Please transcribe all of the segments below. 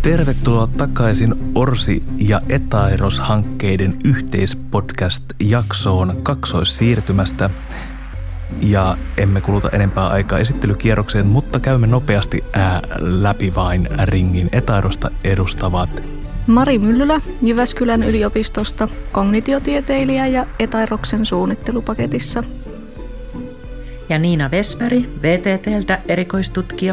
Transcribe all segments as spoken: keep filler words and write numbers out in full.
Tervetuloa takaisin Orsi- ja Etairos-hankkeiden yhteispodcast-jaksoon kaksoissiirtymästä. Ja emme kuluta enempää aikaa esittelykierrokseen, mutta käymme nopeasti ää, läpi vain ringin Etairosta edustavat Mari Myllylä Jyväskylän yliopistosta, kognitiotieteilijä ja Etairoksen suunnittelupaketissa. Ja Niina Vesperi V T T:ltä erikoistutkija.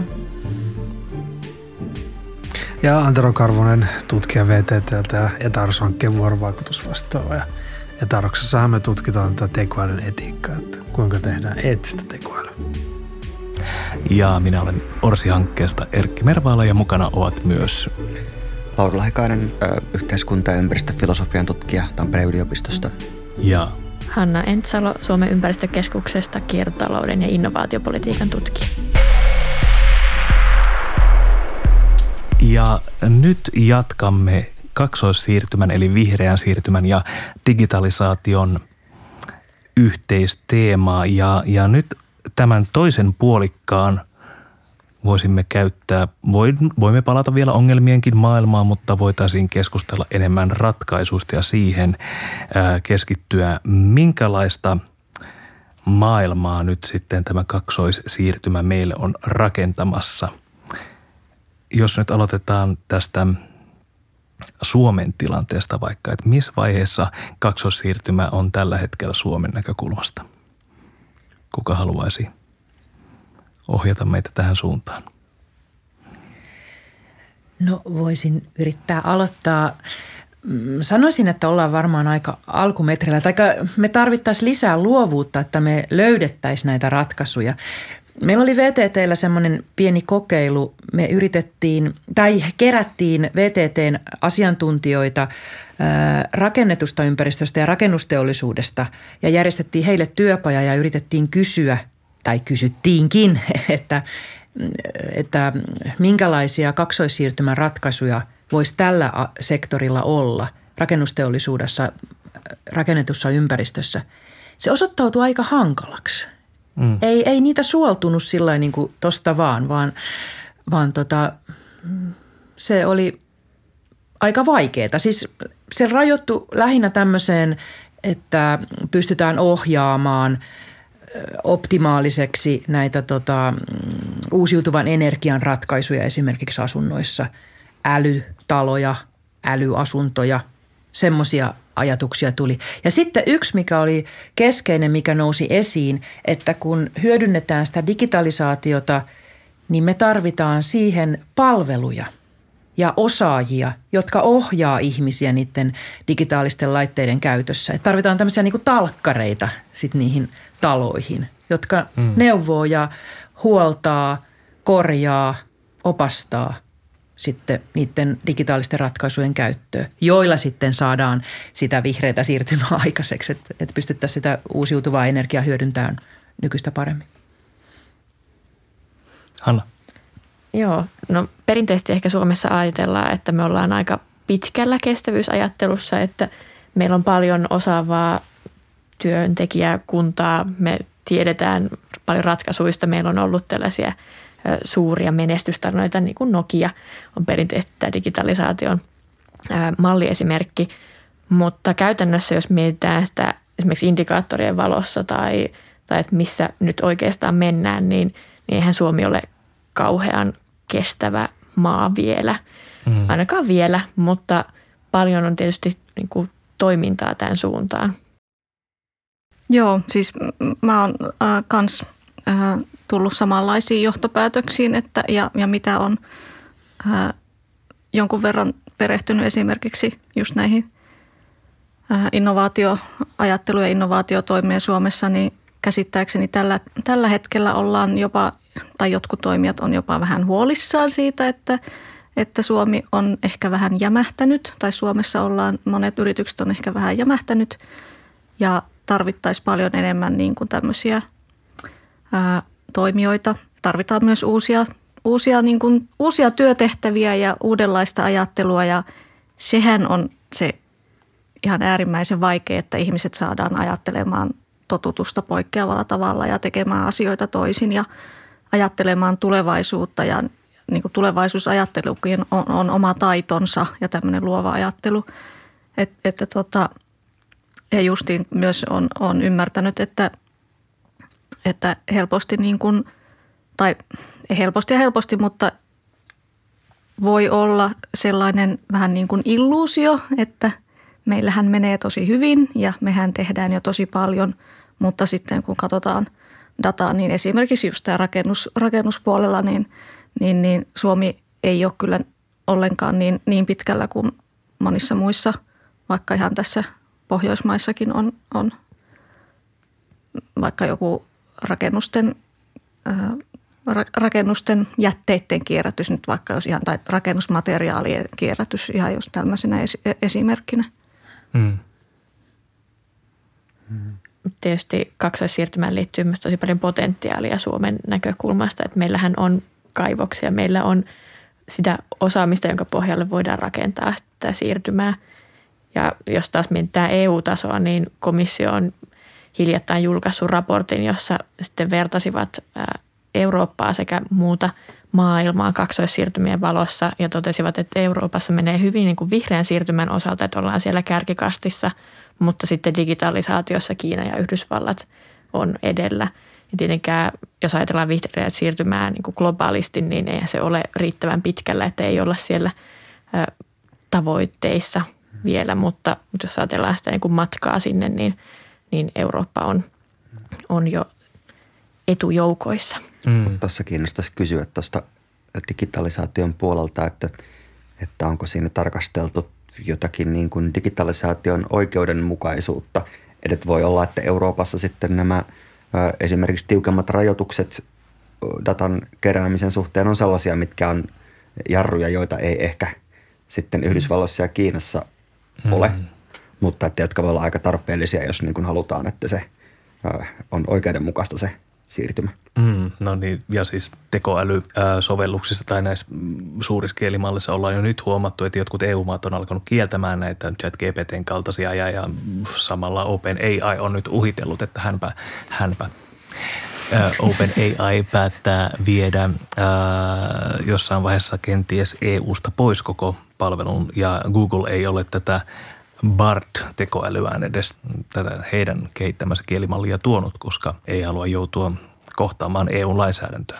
Ja Antero Karvonen, tutkija V T T:ltä ja Etairos-hankkeen vuorovaikutusvastaava. Ja Etairoksessahan me tutkitaan tätä tekoälyn etiikkaa, että kuinka tehdään eettistä tekoälyä. Ja minä olen Orsi-hankkeesta Erkki Mervaala ja mukana ovat myös Lauri Lahikainen, yhteiskunta- ja ympäristöfilosofian tutkija Tampereen yliopistosta. Ja Hanna Entsalo Suomen ympäristökeskuksesta, kiertotalouden ja innovaatiopolitiikan tutkija. Ja nyt jatkamme kaksoissiirtymän eli vihreän siirtymän ja digitalisaation yhteisteemaa. Ja, ja nyt tämän toisen puolikkaan voisimme käyttää, voimme palata vielä ongelmienkin maailmaan, mutta voitaisiin keskustella enemmän ratkaisuista ja siihen ää, keskittyä, minkälaista maailmaa nyt sitten tämä kaksoissiirtymä meille on rakentamassa. Jos nyt aloitetaan tästä Suomen tilanteesta vaikka, että missä vaiheessa kaksoissiirtymä on tällä hetkellä Suomen näkökulmasta? Kuka haluaisi ohjata meitä tähän suuntaan? No voisin yrittää aloittaa. Sanoisin, että ollaan varmaan aika alkumetrillä. Tai me tarvittaisiin lisää luovuutta, että me löydettäisiin näitä ratkaisuja. Meillä oli V T T:llä semmoinen pieni kokeilu. Me yritettiin tai kerättiin V T T:n asiantuntijoita rakennetusta ympäristöstä ja rakennusteollisuudesta ja järjestettiin heille työpaja ja yritettiin kysyä tai kysyttiinkin, että, että minkälaisia kaksoissiirtymän ratkaisuja voisi tällä sektorilla olla rakennusteollisuudessa, rakennetussa ympäristössä. Se osoittautui aika hankalaksi. Mm. Ei, ei niitä suoltunut sillä niin kuin tosta vaan, vaan, vaan tota, se oli aika vaikeaa. Siis se rajoittui lähinnä tämmöiseen, että pystytään ohjaamaan optimaaliseksi näitä tota, uusiutuvan energian ratkaisuja esimerkiksi asunnoissa, älytaloja, älyasuntoja, semmoisia ajatuksia tuli. Ja sitten yksi, mikä oli keskeinen, mikä nousi esiin, että kun hyödynnetään sitä digitalisaatiota, niin me tarvitaan siihen palveluja ja osaajia, jotka ohjaa ihmisiä niiden digitaalisten laitteiden käytössä. Et tarvitaan tämmöisiä niinku talkkareita sit niihin taloihin, jotka mm. neuvoo ja huoltaa, korjaa, opastaa sitten niiden digitaalisten ratkaisujen käyttöön, joilla sitten saadaan sitä vihreätä siirtymää aikaiseksi, että, että pystyttäisiin sitä uusiutuvaa energiaa hyödyntämään nykyistä paremmin. Hanna. Joo, no perinteisesti ehkä Suomessa ajatellaan, että me ollaan aika pitkällä kestävyysajattelussa, että meillä on paljon osaavaa työntekijäkuntaa, me tiedetään paljon ratkaisuista, meillä on ollut tällaisia suuria menestystarinoita, niin kuin Nokia on perinteisesti tämä digitalisaation malliesimerkki, mutta käytännössä jos mietitään sitä esimerkiksi indikaattorien valossa tai, tai että missä nyt oikeastaan mennään, niin, niin eihän Suomi ole kauhean kestävä maa vielä, mm. ainakaan vielä, mutta paljon on tietysti niin kuin toimintaa tämän suuntaan. Joo, siis mä oon äh, kans äh, tullut samanlaisiin johtopäätöksiin, että ja, ja mitä on äh, jonkun verran perehtynyt esimerkiksi just näihin äh, innovaatioajattelu- ja innovaatiotoimeen Suomessa, niin käsittääkseni tällä, tällä hetkellä ollaan jopa, tai jotkut toimijat on jopa vähän huolissaan siitä, että, että Suomi on ehkä vähän jämähtänyt, tai Suomessa ollaan, monet yritykset on ehkä vähän jämähtänyt, ja tarvittaisiin paljon enemmän niin kuin tämmöisiä ää, toimijoita. Tarvitaan myös uusia, uusia, niin kuin, uusia työtehtäviä ja uudenlaista ajattelua, ja sehän on se ihan äärimmäisen vaikea, että ihmiset saadaan ajattelemaan totutusta poikkeavalla tavalla ja tekemään asioita toisin ja ajattelemaan tulevaisuutta ja niin kuin tulevaisuusajattelukin on, on oma taitonsa ja tämmöinen luova ajattelu. Et, että tota, ja justiin myös on, on ymmärtänyt, että, että helposti niin kuin, tai helposti ja helposti, mutta voi olla sellainen vähän niin kuin illuusio, että meillähän menee tosi hyvin ja mehän tehdään jo tosi paljon, mutta sitten kun katsotaan dataa, niin esimerkiksi just tämä rakennus, rakennuspuolella, niin, niin, niin Suomi ei ole kyllä ollenkaan niin, niin pitkällä kuin monissa muissa, vaikka ihan tässä Pohjoismaissakin on, on vaikka joku rakennusten, ää, rakennusten jätteiden kierrätys nyt vaikka jos ihan, tai rakennusmateriaalien kierrätys ihan jos tämmöisenä esi- esimerkkinä. Hmm. Tietysti kaksoissiirtymään liittyy myös tosi paljon potentiaalia Suomen näkökulmasta, että meillähän on kaivoksia, meillä on sitä osaamista, jonka pohjalle voidaan rakentaa sitä siirtymää. Ja jos taas mietitään E U-tasoa, niin komissio on hiljattain julkaissut raportin, jossa sitten vertasivat Eurooppaa sekä muuta maailmaa kaksoissiirtymien valossa ja totesivat, että Euroopassa menee hyvin niin kuin vihreän siirtymän osalta, että ollaan siellä kärkikastissa, mutta sitten digitalisaatiossa Kiina ja Yhdysvallat on edellä. Ja tietenkään, jos ajatellaan vihreää siirtymää niin kuin globaalisti, niin eihän se ole riittävän pitkällä, että ei olla siellä ä, tavoitteissa vielä, mutta, mutta jos ajatellaan sitä niin kuin matkaa sinne, niin, niin Eurooppa on, on jo etujoukoissa. Mm. Tuossa kiinnostaisi kysyä tuosta digitalisaation puolelta, että, että onko siinä tarkasteltu jotakin niin kuin digitalisaation oikeudenmukaisuutta. Että voi olla, että Euroopassa sitten nämä esimerkiksi tiukemmat rajoitukset datan keräämisen suhteen on sellaisia, mitkä on jarruja, joita ei ehkä sitten Yhdysvalloissa ja Kiinassa ole, mm. mutta että jotka voi olla aika tarpeellisia, jos niin kuin halutaan, että se on oikeudenmukaista se siirtymä. Mm, no niin, ja siis tekoälysovelluksissa tai näissä suuriskielimalleissa ollaan jo nyt huomattu, että jotkut E U-maat on alkanut kieltämään näitä ChatGPT:n kaltaisia ja, ja samalla OpenAI on nyt uhitellut, että hänpä, hänpä OpenAI päättää viedä ää, jossain vaiheessa kenties E U:sta pois koko palvelun ja Google ei ole tätä BART-tekoälyään edes tätä heidän kehittämänsä kielimallia tuonut, koska ei halua joutua kohtaamaan E U-lainsäädäntöä.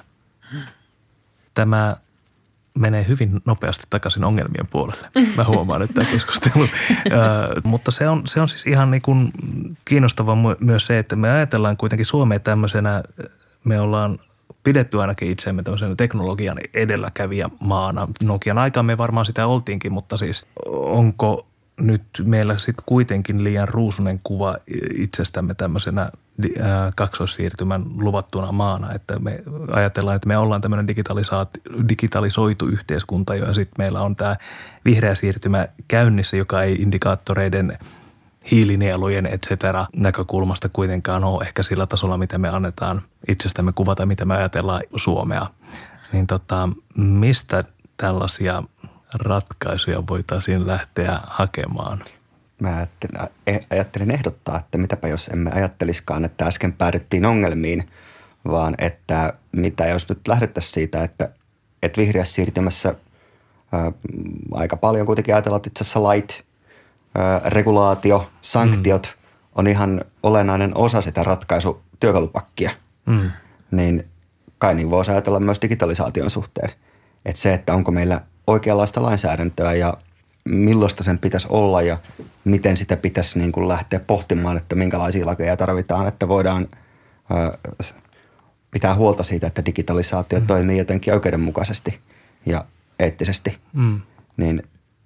Tämä menee hyvin nopeasti takaisin ongelmien puolelle. Mä huomaan nyt tämä keskustelu. Mutta se on, se on siis ihan niin kuin kiinnostavaa myös se, että me ajatellaan kuitenkin Suomea tämmöisenä, me ollaan pidetty ainakin itseämme tämmöisen teknologian edelläkävijä maana. Nokian aikaan me varmaan sitä oltiinkin, mutta siis onko nyt meillä sitten kuitenkin liian ruusunen kuva itsestämme tämmöisenä kaksoissiirtymän luvattuna maana, että me ajatellaan, että me ollaan tämmöinen digitalisoitu yhteiskunta ja sitten meillä on tämä vihreä siirtymä käynnissä, joka ei indikaattoreiden, hiilinielujen et cetera näkökulmasta kuitenkaan ole ehkä sillä tasolla, mitä me annetaan itsestämme kuvata, mitä me ajatellaan Suomea. Niin tota, mistä tällaisia ratkaisuja voitaisiin lähteä hakemaan? Mä ajattelin, ajattelin ehdottaa, että mitäpä jos emme ajatteliskaan, että äsken päädyttiin ongelmiin, vaan että mitä jos nyt lähdettäisiin siitä, että, että vihreässä siirtymässä ää, aika paljon kuitenkin ajatellaan, että itse asiassa lait, ää, regulaatio, sanktiot mm. on ihan olennainen osa sitä ratkaisutyökalupakkia. Mm. Niin kai niin voisi ajatella myös digitalisaation suhteen. Että se, että onko meillä oikeanlaista lainsäädäntöä ja millaista sen pitäisi olla ja miten sitä pitäisi niin kuin lähteä pohtimaan, että minkälaisia lakeja tarvitaan, että voidaan ö, pitää huolta siitä, että digitalisaatio mm. toimii jotenkin oikeudenmukaisesti ja eettisesti, mm. niin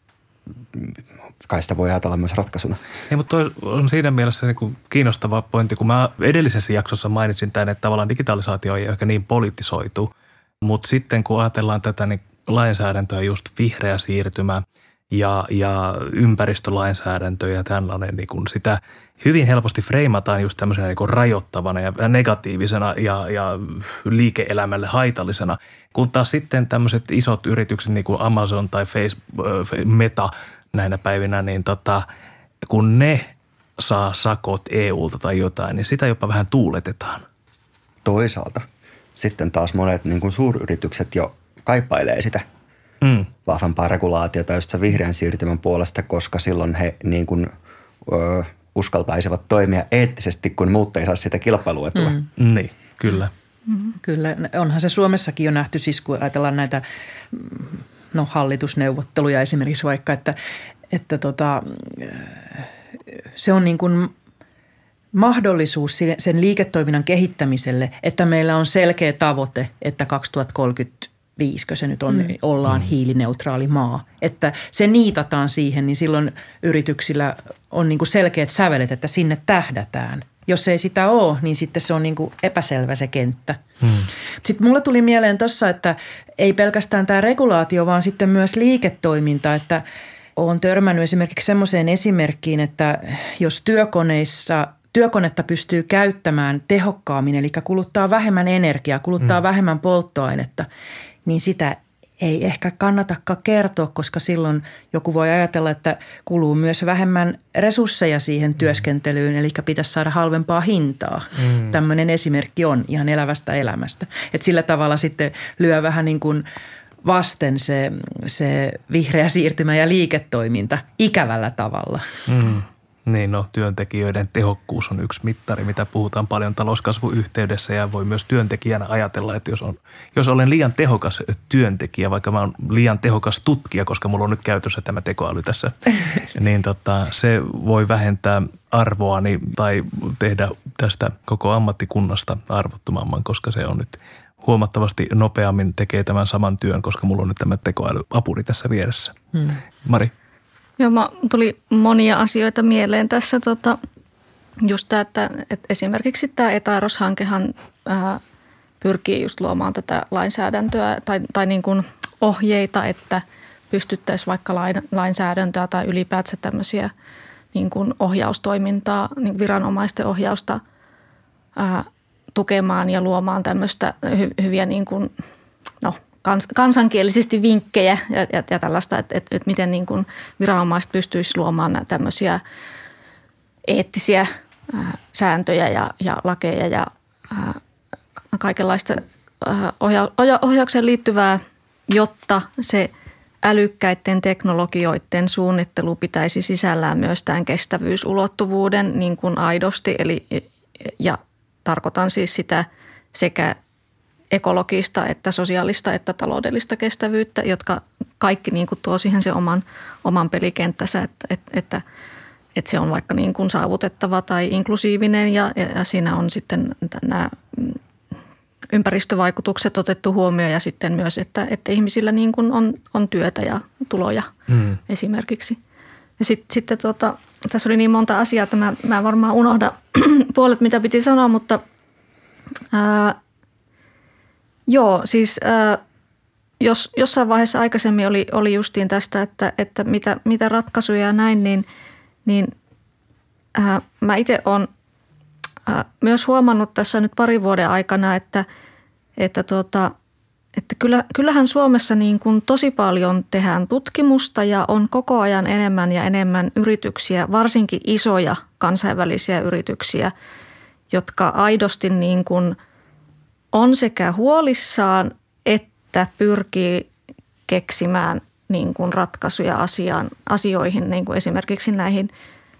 kai sitä voi ajatella myös ratkaisuna. Ei, mutta toi on siinä mielessä niin kuin kiinnostava pointti, kun mä edellisessä jaksossa mainitsin tämän, että tavallaan digitalisaatio ei ehkä niin politisoitu, mutta sitten kun ajatellaan tätä niin lainsäädäntöä, just vihreä siirtymä ja, ja ympäristölainsäädäntö ja tällainen, niin kun sitä hyvin helposti freimataan just tämmöisenä niin kuin rajoittavana ja negatiivisena ja, ja liike-elämälle haitallisena, kun taas sitten tämmöiset isot yritykset niin kuin Amazon tai Facebook, Meta näinä päivinä, niin tota, kun ne saa sakot E U:lta tai jotain, niin sitä jopa vähän tuuletetaan. Toisaalta sitten taas monet niin kuin suuryritykset jo kaipailee sitä mm. vahvempaa regulaatiota just sen vihreän siirtymän puolesta, koska silloin he niin kuin, ö, uskaltaisivat toimia eettisesti, kun muut ei saa sitä kilpailuetua. Mm. Niin, kyllä. Mm. Kyllä, onhan se Suomessakin jo nähty, siis kun ajatellaan näitä no, hallitusneuvotteluja esimerkiksi vaikka, että, että tota, se on niin kuin mahdollisuus sen liiketoiminnan kehittämiselle, että meillä on selkeä tavoite, että kaksituhattakolmekymmentäviisi, kun se nyt on, mm. ollaan hiilineutraali maa. Että se niitataan siihen, niin silloin yrityksillä on niin kuin selkeät sävelet, että sinne tähdätään. Jos ei sitä ole, niin sitten se on niin kuin epäselvä se kenttä. Hmm. Sitten mulla tuli mieleen tuossa, että ei pelkästään tämä regulaatio, vaan sitten myös liiketoiminta, että olen törmännyt esimerkiksi semmoiseen esimerkkiin, että jos työkoneissa työkonetta pystyy käyttämään tehokkaammin, eli kuluttaa vähemmän energiaa, kuluttaa hmm. vähemmän polttoainetta, niin sitä ei ehkä kannatakaan kertoa, koska silloin joku voi ajatella, että kuluu myös vähemmän resursseja siihen työskentelyyn, eli pitäisi saada halvempaa hintaa. Mm. Tämmöinen esimerkki on ihan elävästä elämästä. Että sillä tavalla sitten lyö vähän niin kuin vasten se, se vihreä siirtymä ja liiketoiminta ikävällä tavalla. Mm. Niin, no työntekijöiden tehokkuus on yksi mittari, mitä puhutaan paljon talouskasvun yhteydessä ja voi myös työntekijänä ajatella, että jos, on, jos olen liian tehokas työntekijä, vaikka mä olen liian tehokas tutkija, koska mulla on nyt käytössä tämä tekoäly tässä, niin tota, se voi vähentää arvoani tai tehdä tästä koko ammattikunnasta arvottomamman, koska se on nyt huomattavasti nopeammin tekee tämän saman työn, koska mulla on nyt tämä tekoälyapuri tässä vieressä. Hmm. Mari? Joo, mä tuli monia asioita mieleen tässä. Tota, just tämä, että, että esimerkiksi tämä Etaeros-hankehan ää, pyrkii just luomaan tätä lainsäädäntöä tai, tai niin kuin ohjeita, että pystyttäisiin vaikka lain, lainsäädäntöä tai ylipäätään tämmöisiä niin kuin ohjaustoimintaa, niin viranomaisten ohjausta ää, tukemaan ja luomaan tämmöistä hy, hyviä niin kuin, no, Kans, kansankielisesti vinkkejä ja, ja, ja tällaista, että, että, että miten niin kuin viranomaiset pystyisivät luomaan tämmöisiä eettisiä ää, sääntöjä ja, ja lakeja ja ää, kaikenlaista ää, ohja, ohja, ohjaukseen liittyvää, jotta se älykkäiden teknologioiden suunnittelu pitäisi sisällään myös tämän kestävyysulottuvuuden niin kuin aidosti. Eli, ja tarkoitan siis sitä sekä ekologista, että sosiaalista, että taloudellista kestävyyttä, jotka kaikki niin kuin tuo siihen se oman, oman pelikenttänsä, että, että, että, että se on vaikka niin kuin saavutettava tai inklusiivinen ja, ja siinä on sitten nämä ympäristövaikutukset otettu huomioon ja sitten myös, että, että ihmisillä niin kuin on, on työtä ja tuloja mm. esimerkiksi. Ja sit, sitten tota, tässä oli niin monta asiaa, että mä, mä varmaan unohdan puolet, mitä piti sanoa, mutta ää, joo, siis ää, jos jossain vaiheessa aikaisemmin oli, oli justiin tästä, että, että mitä, mitä ratkaisuja ja näin, niin, niin ää, mä itse olen ää, myös huomannut tässä nyt parin vuoden aikana, että, että, tuota, että kyllä, kyllähän Suomessa niin kuin tosi paljon tehdään tutkimusta ja on koko ajan enemmän ja enemmän yrityksiä, varsinkin isoja kansainvälisiä yrityksiä, jotka aidosti niin kuin on sekä huolissaan että pyrkii keksimään niin kuin ratkaisuja asiaan, asioihin, niin kuin esimerkiksi näihin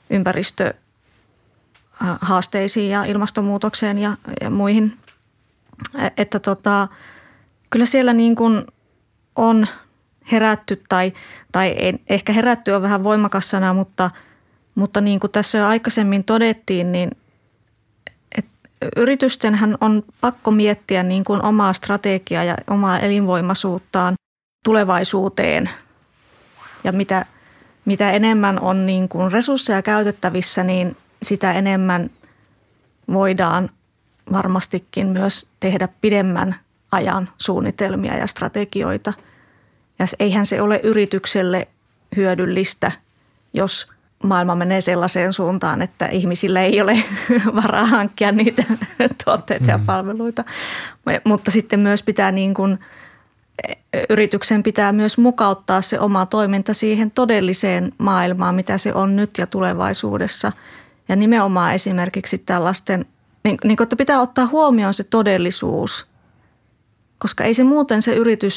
ympäristöhaasteisiin ja ilmastonmuutokseen ja, ja muihin. Että tota, kyllä siellä niin kuin on herätty tai, tai ei, ehkä herätty on vähän voimakas sana, mutta, mutta niin kuin tässä jo aikaisemmin todettiin, niin yritystenhän on pakko miettiä niin kuin omaa strategiaa ja omaa elinvoimaisuuttaan tulevaisuuteen. Ja mitä, mitä enemmän on niin kuin resursseja käytettävissä, niin sitä enemmän voidaan varmastikin myös tehdä pidemmän ajan suunnitelmia ja strategioita. Ja eihän se ole yritykselle hyödyllistä, jos maailma menee sellaiseen suuntaan, että ihmisillä ei ole varaa hankkia niitä tuotteita ja palveluita. Mutta sitten myös pitää niin kuin, yrityksen pitää myös mukauttaa se oma toiminta siihen todelliseen maailmaan, mitä se on nyt ja tulevaisuudessa. Ja nimenomaan esimerkiksi tällaisten, niin, niin kuin, että pitää ottaa huomioon se todellisuus, koska ei se muuten se yritys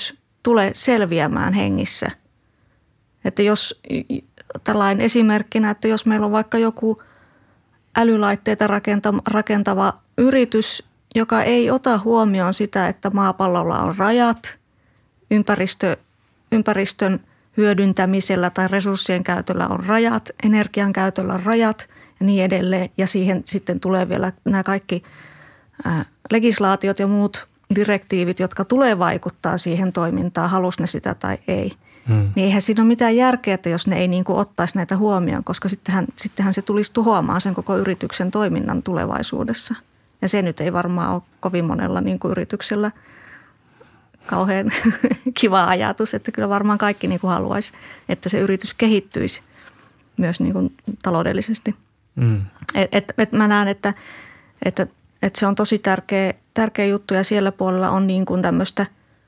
tule selviämään hengissä. Että jos tällainen esimerkkinä, että jos meillä on vaikka joku älylaitteita rakentava yritys, joka ei ota huomioon sitä, että maapallolla on rajat, ympäristö, ympäristön hyödyntämisellä tai resurssien käytöllä on rajat, energian käytöllä on rajat ja niin edelleen. Ja siihen sitten tulee vielä nämä kaikki ää, legislaatiot ja muut direktiivit, jotka tulee vaikuttaa siihen toimintaan, halus ne sitä tai ei. Hmm. Niin eihän siinä ole mitään järkeä, että jos ne ei niin kuin ottaisi näitä huomioon, koska sittenhän, sittenhän se tulisi tuhoamaan sen koko yrityksen toiminnan tulevaisuudessa. Ja se nyt ei varmaan ole kovin monella niin kuin yrityksellä kauhean kiva ajatus, että kyllä varmaan kaikki niin kuin haluaisi, että se yritys kehittyisi myös niin kuin taloudellisesti. Hmm. Et, et, et mä näen, että, että, että se on tosi tärkeä, tärkeä juttu ja siellä puolella on niin kuin tämmöistä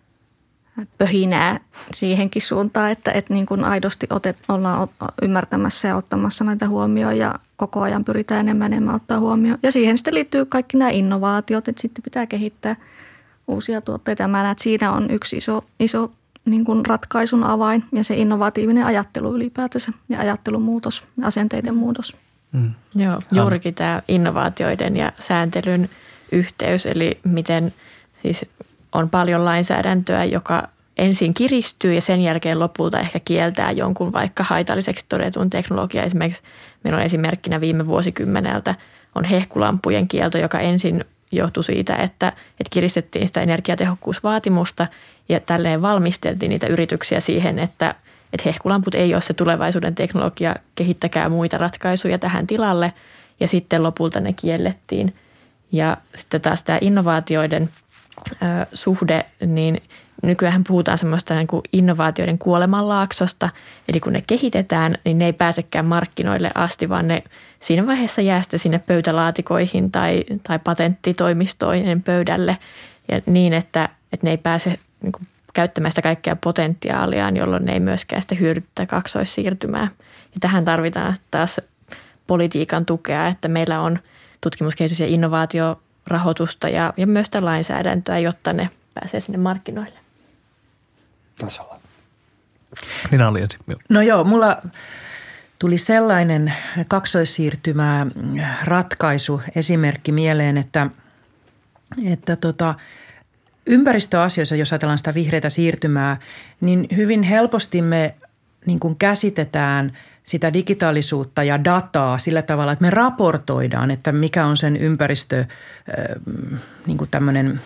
pöhinää siihenkin suuntaan, että, että niin kuin aidosti otet, ollaan ymmärtämässä ja ottamassa näitä huomioon ja koko ajan pyritään enemmän enemmän ottaa huomioon. Ja siihen sitten liittyy kaikki nämä innovaatiot, että sitten pitää kehittää uusia tuotteita. Ja mä näen, että siinä on yksi iso, iso niin kuin ratkaisun avain ja se innovatiivinen ajattelu ylipäätänsä ja ajattelun muutos ja asenteiden muutos. Mm. Joo, juurikin tämä innovaatioiden ja sääntelyn yhteys, eli miten siis on paljon lainsäädäntöä, joka ensin kiristyy ja sen jälkeen lopulta ehkä kieltää jonkun vaikka haitalliseksi todetun teknologiaa. Esimerkiksi meillä on esimerkkinä viime vuosikymmeneltä on hehkulampujen kielto, joka ensin johtui siitä, että, että kiristettiin sitä energiatehokkuusvaatimusta ja tälleen valmisteltiin niitä yrityksiä siihen, että, että hehkulamput ei ole se tulevaisuuden teknologia, kehittäkää muita ratkaisuja tähän tilalle ja sitten lopulta ne kiellettiin. Ja sitten taas tämä innovaatioiden suhde, niin nykyään puhutaan semmoista niin kuin innovaatioiden kuolemanlaaksosta, eli kun ne kehitetään, niin ne ei pääsekään markkinoille asti, vaan ne siinä vaiheessa jää sitten sinne pöytälaatikoihin tai, tai patenttitoimistojen pöydälle ja niin, että, että ne ei pääse niin kuin käyttämään sitä kaikkea potentiaaliaan, jolloin ne ei myöskään sitten hyödyttää kaksoissiirtymää. Ja tähän tarvitaan taas politiikan tukea, että meillä on tutkimus-, kehitys- ja innovaatio rahoitusta ja, ja myös sitä lainsäädäntöä, jotta ne pääsee sinne markkinoille. Tasolla. Minä olin ensin. No joo, mulla tuli sellainen kaksoissiirtymä ratkaisu, esimerkki mieleen, että, että tota, ympäristöasioissa, jos ajatellaan sitä vihreätä siirtymää, niin hyvin helposti me niin kuin käsitetään sitä digitaalisuutta ja dataa sillä tavalla, että me raportoidaan, että mikä on sen ympäristö niin kuin tämmöinen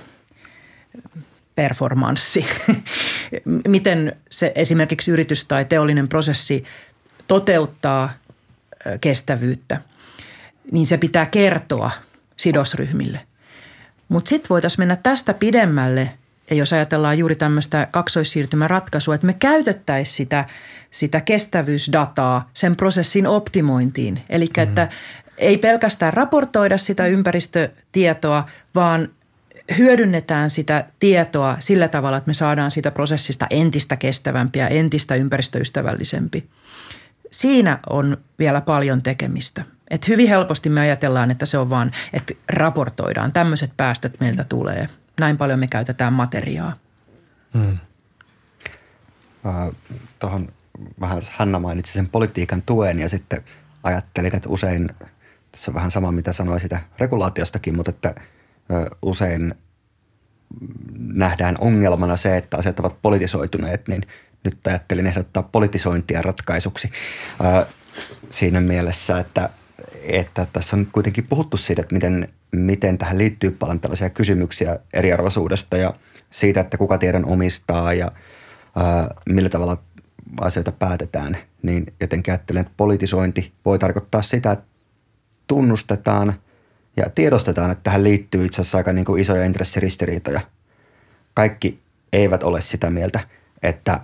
performanssi. Miten se esimerkiksi yritys tai teollinen prosessi toteuttaa kestävyyttä, niin se pitää kertoa sidosryhmille. Mutta sitten voitaisiin mennä tästä pidemmälle, ja jos ajatellaan juuri tämmöistä kaksoissiirtymäratkaisua, että me käytettäisiin sitä, sitä kestävyysdataa sen prosessin optimointiin. Eli mm. että ei pelkästään raportoida sitä ympäristötietoa, vaan hyödynnetään sitä tietoa sillä tavalla, että me saadaan siitä prosessista entistä kestävämpiä, entistä ympäristöystävällisempi. Siinä on vielä paljon tekemistä. Et hyvin helposti me ajatellaan, että se on vaan, että raportoidaan, tämmöiset päästöt meiltä tulee. Näin paljon me käytetään materiaa. Hmm. Uh, Tuohon vähän Hanna mainitsi sen politiikan tuen ja sitten ajattelin, että usein, tässä on vähän sama mitä sanoin sitä regulaatiostakin, mutta että uh, usein nähdään ongelmana se, että asiat ovat politisoituneet, niin nyt ajattelin ehdottaa politisointia ratkaisuksi uh, siinä mielessä, että, että tässä on kuitenkin puhuttu siitä, että miten, miten tähän liittyy paljon tällaisia kysymyksiä eriarvoisuudesta ja siitä, että kuka tiedon omistaa ja uh, millä tavalla asioita päätetään, niin jotenkin ajattelen, että politisointi voi tarkoittaa sitä, että tunnustetaan ja tiedostetaan, että tähän liittyy itse asiassa aika niin kuin isoja intressiristiriitoja. Kaikki eivät ole sitä mieltä, että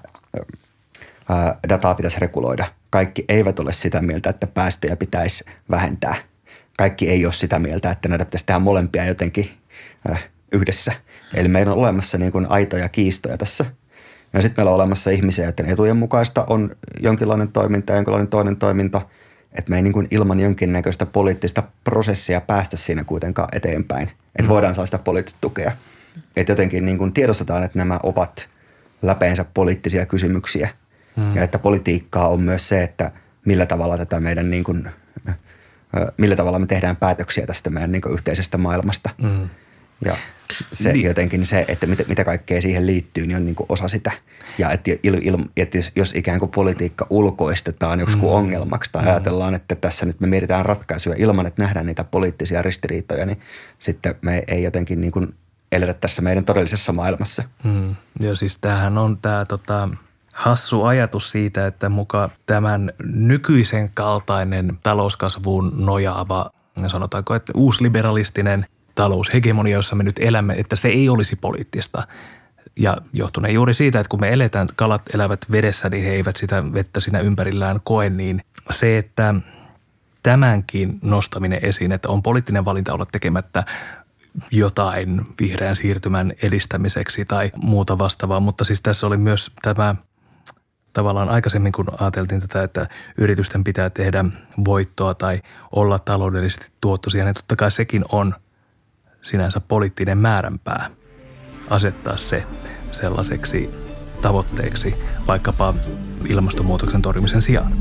ää, dataa pitäisi reguloida. Kaikki eivät ole sitä mieltä, että päästöjä pitäisi vähentää. Kaikki ei ole sitä mieltä, että näitä pitäisi tehdä molempia jotenkin ää, yhdessä. Eli meillä on olemassa niin kuin aitoja kiistoja tässä. Ja sitten meillä on olemassa ihmisiä, joiden etujen mukaista on jonkinlainen toiminta ja jonkinlainen toinen toiminta, että me ei niin kuin ilman jonkinnäköistä poliittista prosessia päästä siinä kuitenkaan eteenpäin. Että voidaan saada sitä poliittista tukea. Että jotenkin niin kuin tiedostetaan, että nämä ovat läpeensä poliittisia kysymyksiä. Hmm. Ja että politiikkaa on myös se, että millä tavalla tätä meidän niin kuin, millä tavalla me tehdään päätöksiä tästä meidän niin kuin yhteisestä maailmasta. Hmm. Ja se niin. jotenkin se, että mitä, mitä kaikkea siihen liittyy, niin on niin kuin osa sitä. Ja että, il, il, että jos, jos ikään kuin politiikka ulkoistetaan joksikin mm. ongelmaksi tai mm. ajatellaan, että tässä nyt me mietitään ratkaisuja ilman, että nähdään niitä poliittisia ristiriitoja, niin sitten me ei jotenkin niin kuin eletä tässä meidän todellisessa maailmassa. Mm. Ja siis tämähän on tämä tota, hassu ajatus siitä, että muka tämän nykyisen kaltainen talouskasvuun nojaava, sanotaanko, että uusliberalistinen taloushegemonia, jossa me nyt elämme, että se ei olisi poliittista. Ja johtuneen juuri siitä, että kun me eletään, kalat elävät vedessä, niin he eivät sitä vettä siinä ympärillään koe, niin se, että tämänkin nostaminen esiin, että on poliittinen valinta olla tekemättä jotain vihreän siirtymän edistämiseksi tai muuta vastaavaa, mutta siis tässä oli myös tämä tavallaan aikaisemmin, kun ajateltiin tätä, että yritysten pitää tehdä voittoa tai olla taloudellisesti tuottoisia, niin totta kai sekin on sinänsä poliittinen määränpää asettaa se sellaiseksi tavoitteeksi vaikkapa ilmastonmuutoksen torjumisen sijaan.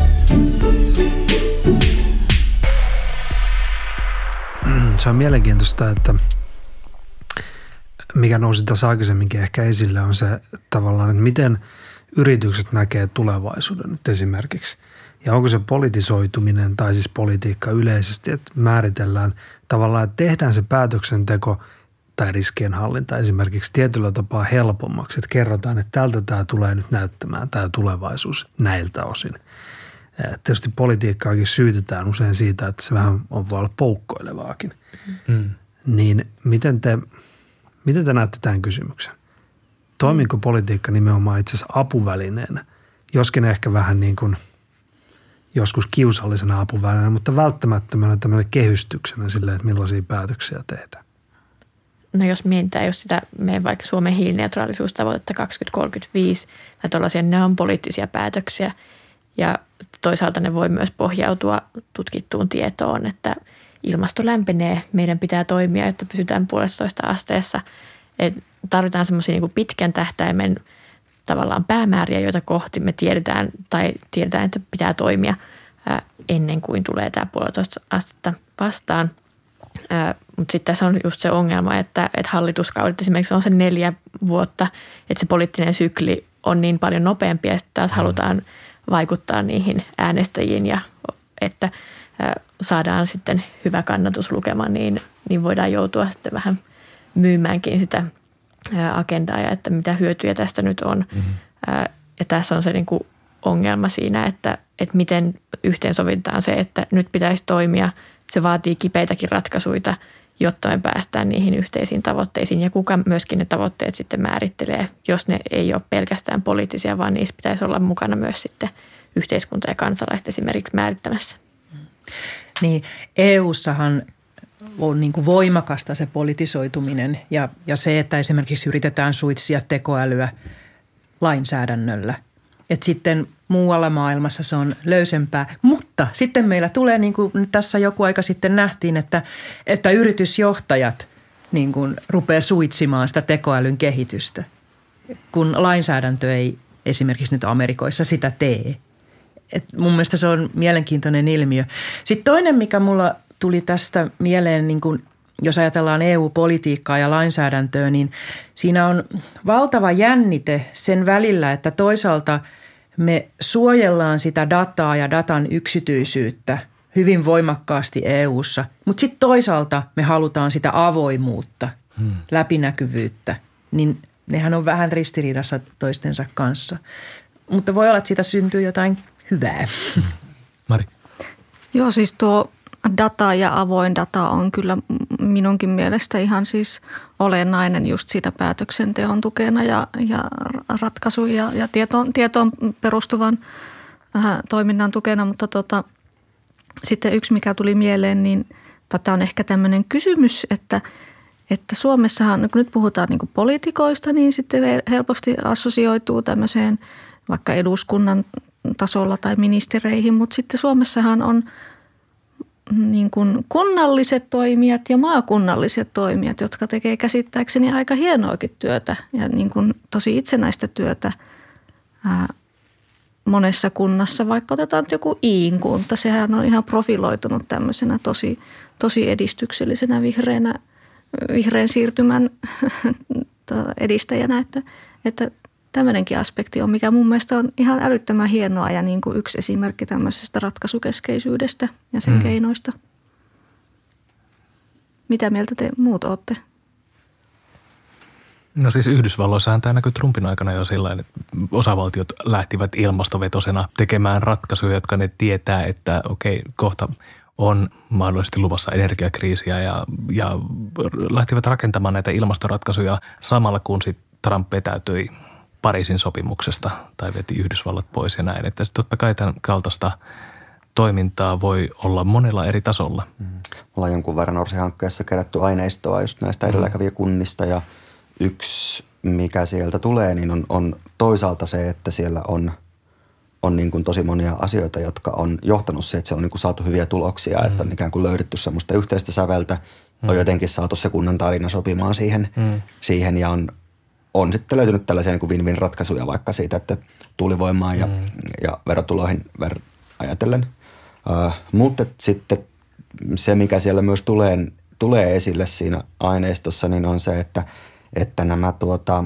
Se on mielenkiintoista, että mikä nousi tässä aikaisemminkin ehkä esille on se tavallaan, että miten yritykset näkee tulevaisuuden nyt esimerkiksi. Ja onko se politisoituminen tai siis politiikka yleisesti, että määritellään tavallaan, että tehdään se päätöksenteko tai riskienhallinta esimerkiksi tietyllä tapaa helpommaksi, että kerrotaan, että tältä tämä tulee nyt näyttämään, tämä tulevaisuus näiltä osin. Tietysti politiikkaakin syytetään usein siitä, että se vähän on voi olla poukkoilevaakin. Mm. Niin miten te, miten te näette tämän kysymyksen? Toimiiko politiikka nimenomaan itse asiassa apuvälineenä, joskin ehkä vähän niin kuin joskus kiusallisena apuvälineenä, mutta välttämättömänä tämmöinen kehystyksenä sille, että millaisia päätöksiä tehdään? No jos mietitään just sitä meidän vaikka Suomen hiilineutraalisuustavoitetta kaksituhattakolmekymmentäviisi tai tuollaisia, ne on poliittisia päätöksiä ja toisaalta ne voi myös pohjautua tutkittuun tietoon, että ilmasto lämpenee, meidän pitää toimia, jotta pysytään puolestatoista asteessa. Et tarvitaan semmoisia niin kuin pitkän tähtäimen tavallaan päämääriä, joita kohti me tiedetään tai tiedetään, että pitää toimia ää, ennen kuin tulee tämä puolitoista astetta vastaan. Mutta sitten tässä on just se ongelma, että, että hallituskaudet esimerkiksi on se neljä vuotta, että se poliittinen sykli on niin paljon nopeampi ja sitten taas halutaan vaikuttaa niihin äänestäjiin ja että ää, saadaan sitten hyvä kannatuslukema, niin, niin voidaan joutua sitten vähän myymäänkin sitä agendaa ja että mitä hyötyjä tästä nyt on. Mm-hmm. Ja tässä on se niin kuin ongelma siinä, että, että miten yhteensovitaan se, että nyt pitäisi toimia. Se vaatii kipeitäkin ratkaisuja, jotta me päästään niihin yhteisiin tavoitteisiin ja kuka myöskin ne tavoitteet sitten määrittelee, jos ne ei ole pelkästään poliittisia, vaan niissä pitäisi olla mukana myös sitten yhteiskunta ja kansalaiset esimerkiksi määrittämässä. Niin, E U:ssahan on niin kuin voimakasta se politisoituminen ja, ja se, että esimerkiksi yritetään suitsia tekoälyä lainsäädännöllä. Et sitten muualla maailmassa se on löysempää, mutta sitten meillä tulee, niin kuin tässä joku aika sitten nähtiin, että, että yritysjohtajat niin kuin rupeaa suitsimaan sitä tekoälyn kehitystä, kun lainsäädäntö ei esimerkiksi nyt Amerikoissa sitä tee. Et mun mielestä se on mielenkiintoinen ilmiö. Sitten toinen, mikä mulla tuli tästä mieleen, niin kuin jos ajatellaan E U-politiikkaa ja lainsäädäntöä, niin siinä on valtava jännite sen välillä, että toisaalta me suojellaan sitä dataa ja datan yksityisyyttä hyvin voimakkaasti E U:ssa, mutta sitten toisaalta me halutaan sitä avoimuutta, hmm. läpinäkyvyyttä, niin nehän on vähän ristiriidassa toistensa kanssa. Mutta voi olla, että siitä syntyy jotain hyvää. Mari. Joo, siis tuo data ja avoin data on kyllä minunkin mielestä ihan siis olennainen just siitä päätöksenteon tukena ja, ja ratkaisun ja, ja tietoon, tietoon perustuvan äh, toiminnan tukena. Mutta tota, sitten yksi, mikä tuli mieleen, niin tätä on ehkä tämmöinen kysymys, että, että Suomessahan, kun nyt puhutaan niin kuin poliitikoista, niin sitten helposti assosioituu tämmöiseen vaikka eduskunnan tasolla tai ministereihin, mutta sitten Suomessahan on niin kuin kunnalliset toimijat ja maakunnalliset toimijat, jotka tekee käsittääkseni aika hienoakin työtä ja niin kuin tosi itsenäistä työtä ää, monessa kunnassa. Vaikka otetaan joku Iin kunta, sehän on ihan profiloitunut tämmöisenä tosi, tosi edistyksellisenä vihreänä, vihreän siirtymän edistäjänä, että, että tämmöinenkin aspekti on, mikä mun mielestä on ihan älyttömän hienoa ja niin kuin yksi esimerkki tämmöisestä ratkaisukeskeisyydestä ja sen mm. keinoista. Mitä mieltä te muut olette? No siis Yhdysvalloissahan tämä näkyy Trumpin aikana jo sellainen, että osavaltiot lähtivät ilmastovetosena tekemään ratkaisuja, jotka ne tietää, että okei, kohta on mahdollisesti luvassa energiakriisiä ja, ja lähtivät rakentamaan näitä ilmastoratkaisuja samalla kun sitten Trump vetäytyi Pariisin sopimuksesta tai veti Yhdysvallat pois ja näin. Että totta kai tämän kaltaista toimintaa voi olla monella eri tasolla. Mm. Ollaan jonkun verran Orsi-hankkeessa kerätty aineistoa just näistä edelläkävijäkunnista ja yksi, mikä sieltä tulee, niin on, on toisaalta se, että siellä on, on niin kuin tosi monia asioita, jotka on johtanut siihen, että siellä on niin kuin saatu hyviä tuloksia, mm. että on ikään kuin löydetty semmoista yhteistä säveltä, mm. on jotenkin saatu se kunnan tarina sopimaan siihen, mm. siihen ja on On sitten löytynyt tällaisia niin kuin win-win ratkaisuja vaikka siitä, että tuulivoimaan ja, mm. ja verotuloihin ver- ajatellen. Uh, mutta sitten se, mikä siellä myös tulee, tulee esille siinä aineistossa, niin on se, että, että nämä tuota,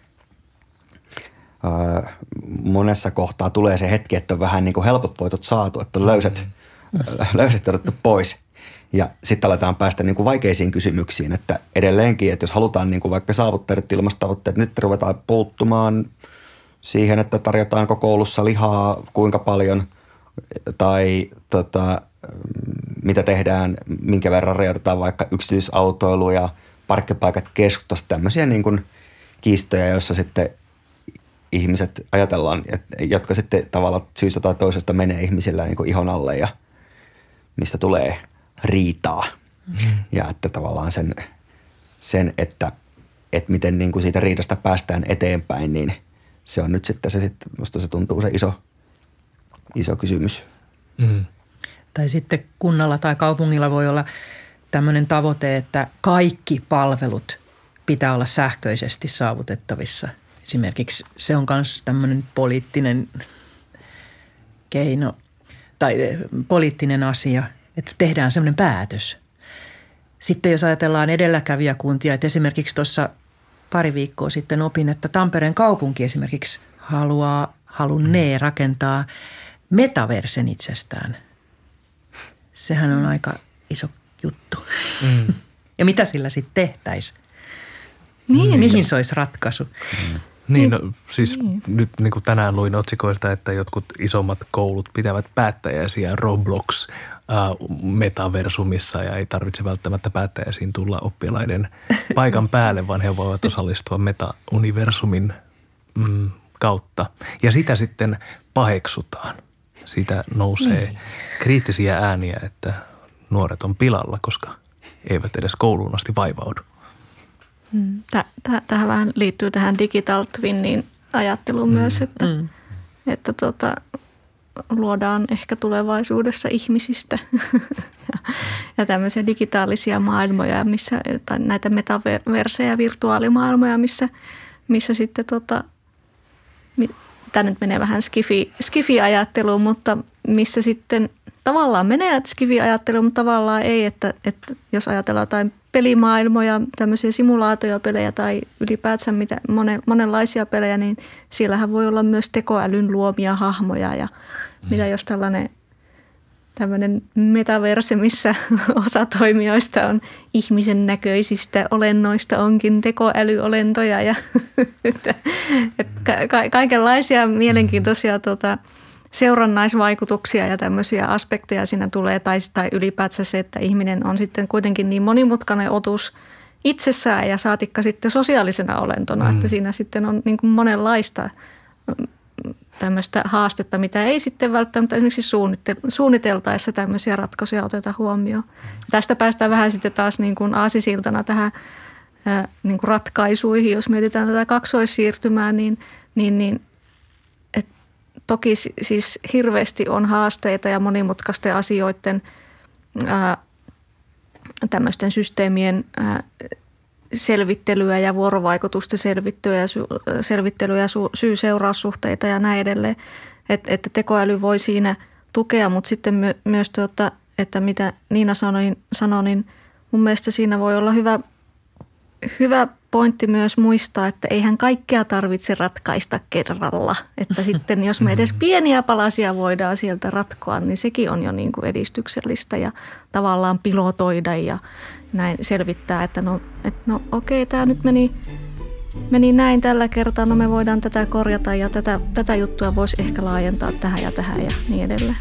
uh, monessa kohtaa tulee se hetki, että on vähän niin kuin helpot voitot saatu, että on löysät, mm. löysät otettu pois. Ja sitten aletaan päästä niin kuin vaikeisiin kysymyksiin, että edelleenkin, että jos halutaan niin kuin vaikka saavuttaa ilmastotavoitteet, niin sitten ruvetaan puuttumaan siihen, että tarjotaanko koulussa lihaa, kuinka paljon tai tota, mitä tehdään, minkä verran rajoitetaan vaikka yksityisautoilu ja parkkipaikat keskustassa, tämmöisiä niin kuin kiistoja, joissa sitten ihmiset ajatellaan, että, jotka sitten tavallaan syystä tai toisesta menee ihmisillä niin kuin ihon alle ja mistä tulee riitaa. Mm. Ja että tavallaan sen, sen että, että miten niin kuin siitä riidasta päästään eteenpäin, niin se on nyt sitten se, sitten, musta se tuntuu se iso, iso kysymys. Mm. Tai sitten kunnalla tai kaupungilla voi olla tämmöinen tavoite, että kaikki palvelut pitää olla sähköisesti saavutettavissa. Esimerkiksi se on myös tämmöinen poliittinen keino tai poliittinen asia, että tehdään semmoinen päätös. Sitten jos ajatellaan edelläkävijäkuntia, että esimerkiksi tuossa pari viikkoa sitten opin, että Tampereen kaupunki esimerkiksi haluaa, halunnee rakentaa metaversen itsestään. Sehän on aika iso juttu. Mm. Ja mitä sillä sitten tehtäisiin? Niin. Mihin se olisi ratkaisu? Mm. Niin, no, siis niin. Nyt niin kuin tänään luin otsikoista, että jotkut isommat koulut pitävät päättäjäisiä Roblox-metaversumissa ja ei tarvitse välttämättä päättäjäisiin tulla oppilaiden paikan päälle, vaan he voivat osallistua meta-universumin mm, kautta. Ja sitä sitten paheksutaan. Siitä nousee niin. kriittisiä ääniä, että nuoret on pilalla, koska eivät edes kouluun asti vaivaudu. Tähän vähän liittyy tähän digital twinnin ajatteluun mm. myös, että, mm. että tota, luodaan ehkä tulevaisuudessa ihmisistä ja, ja tämmöisiä digitaalisia maailmoja, missä, tai näitä metaversejä, virtuaalimaailmoja, missä, missä sitten, tota, tämä nyt menee vähän skifi, skifi-ajatteluun, mutta missä sitten tavallaan menee skifi-ajatteluun, mutta tavallaan ei, että, että jos ajatellaan jotain pelimaailmoja, tämmöisiä simulaatiopelejä tai ylipäätään mitä, monen, monenlaisia pelejä, niin siellähän voi olla myös tekoälyn luomia hahmoja ja mm. mitä jos tällainen tämmöinen metaverse, missä osa toimijoista on ihmisen näköisistä olennoista, onkin tekoälyolentoja ja että, että ka- kaikenlaisia mielenkiintoisia tuota, seurannaisvaikutuksia ja tämmöisiä aspekteja siinä tulee, tai, tai ylipäätään se, että ihminen on sitten kuitenkin niin monimutkainen otus itsessään ja saatikka sitten sosiaalisena olentona, mm. että siinä sitten on niin kuin monenlaista tämmöistä haastetta, mitä ei sitten välttämättä esimerkiksi suunniteltaessa tämmöisiä ratkaisuja oteta huomioon. Tästä päästään vähän sitten taas niin kuin aasisiltana tähän ää, niin kuin ratkaisuihin, jos mietitään tätä kaksoissiirtymää, niin, niin, niin toki siis hirveästi on haasteita ja monimutkaisten asioiden ää, tämmöisten systeemien ää, selvittelyä ja vuorovaikutusten selvittelyä ja, su, selvittelyä ja su, syy-seuraussuhteita ja näin edelleen. Et, että tekoäly voi siinä tukea, mutta sitten my, myös, tuota, että mitä Niina sanoi, sanoi, niin mun mielestä siinä voi olla hyvä, hyvä pointti myös muistaa, että eihän kaikkea tarvitse ratkaista kerralla. Että sitten jos me edes pieniä palasia voidaan sieltä ratkoa, niin sekin on jo niin kuin edistyksellistä ja tavallaan pilotoida ja näin selvittää, että no, että no okei, tämä nyt meni, meni näin tällä kertaa, no me voidaan tätä korjata ja tätä, tätä juttua voisi ehkä laajentaa tähän ja tähän ja niin edelleen.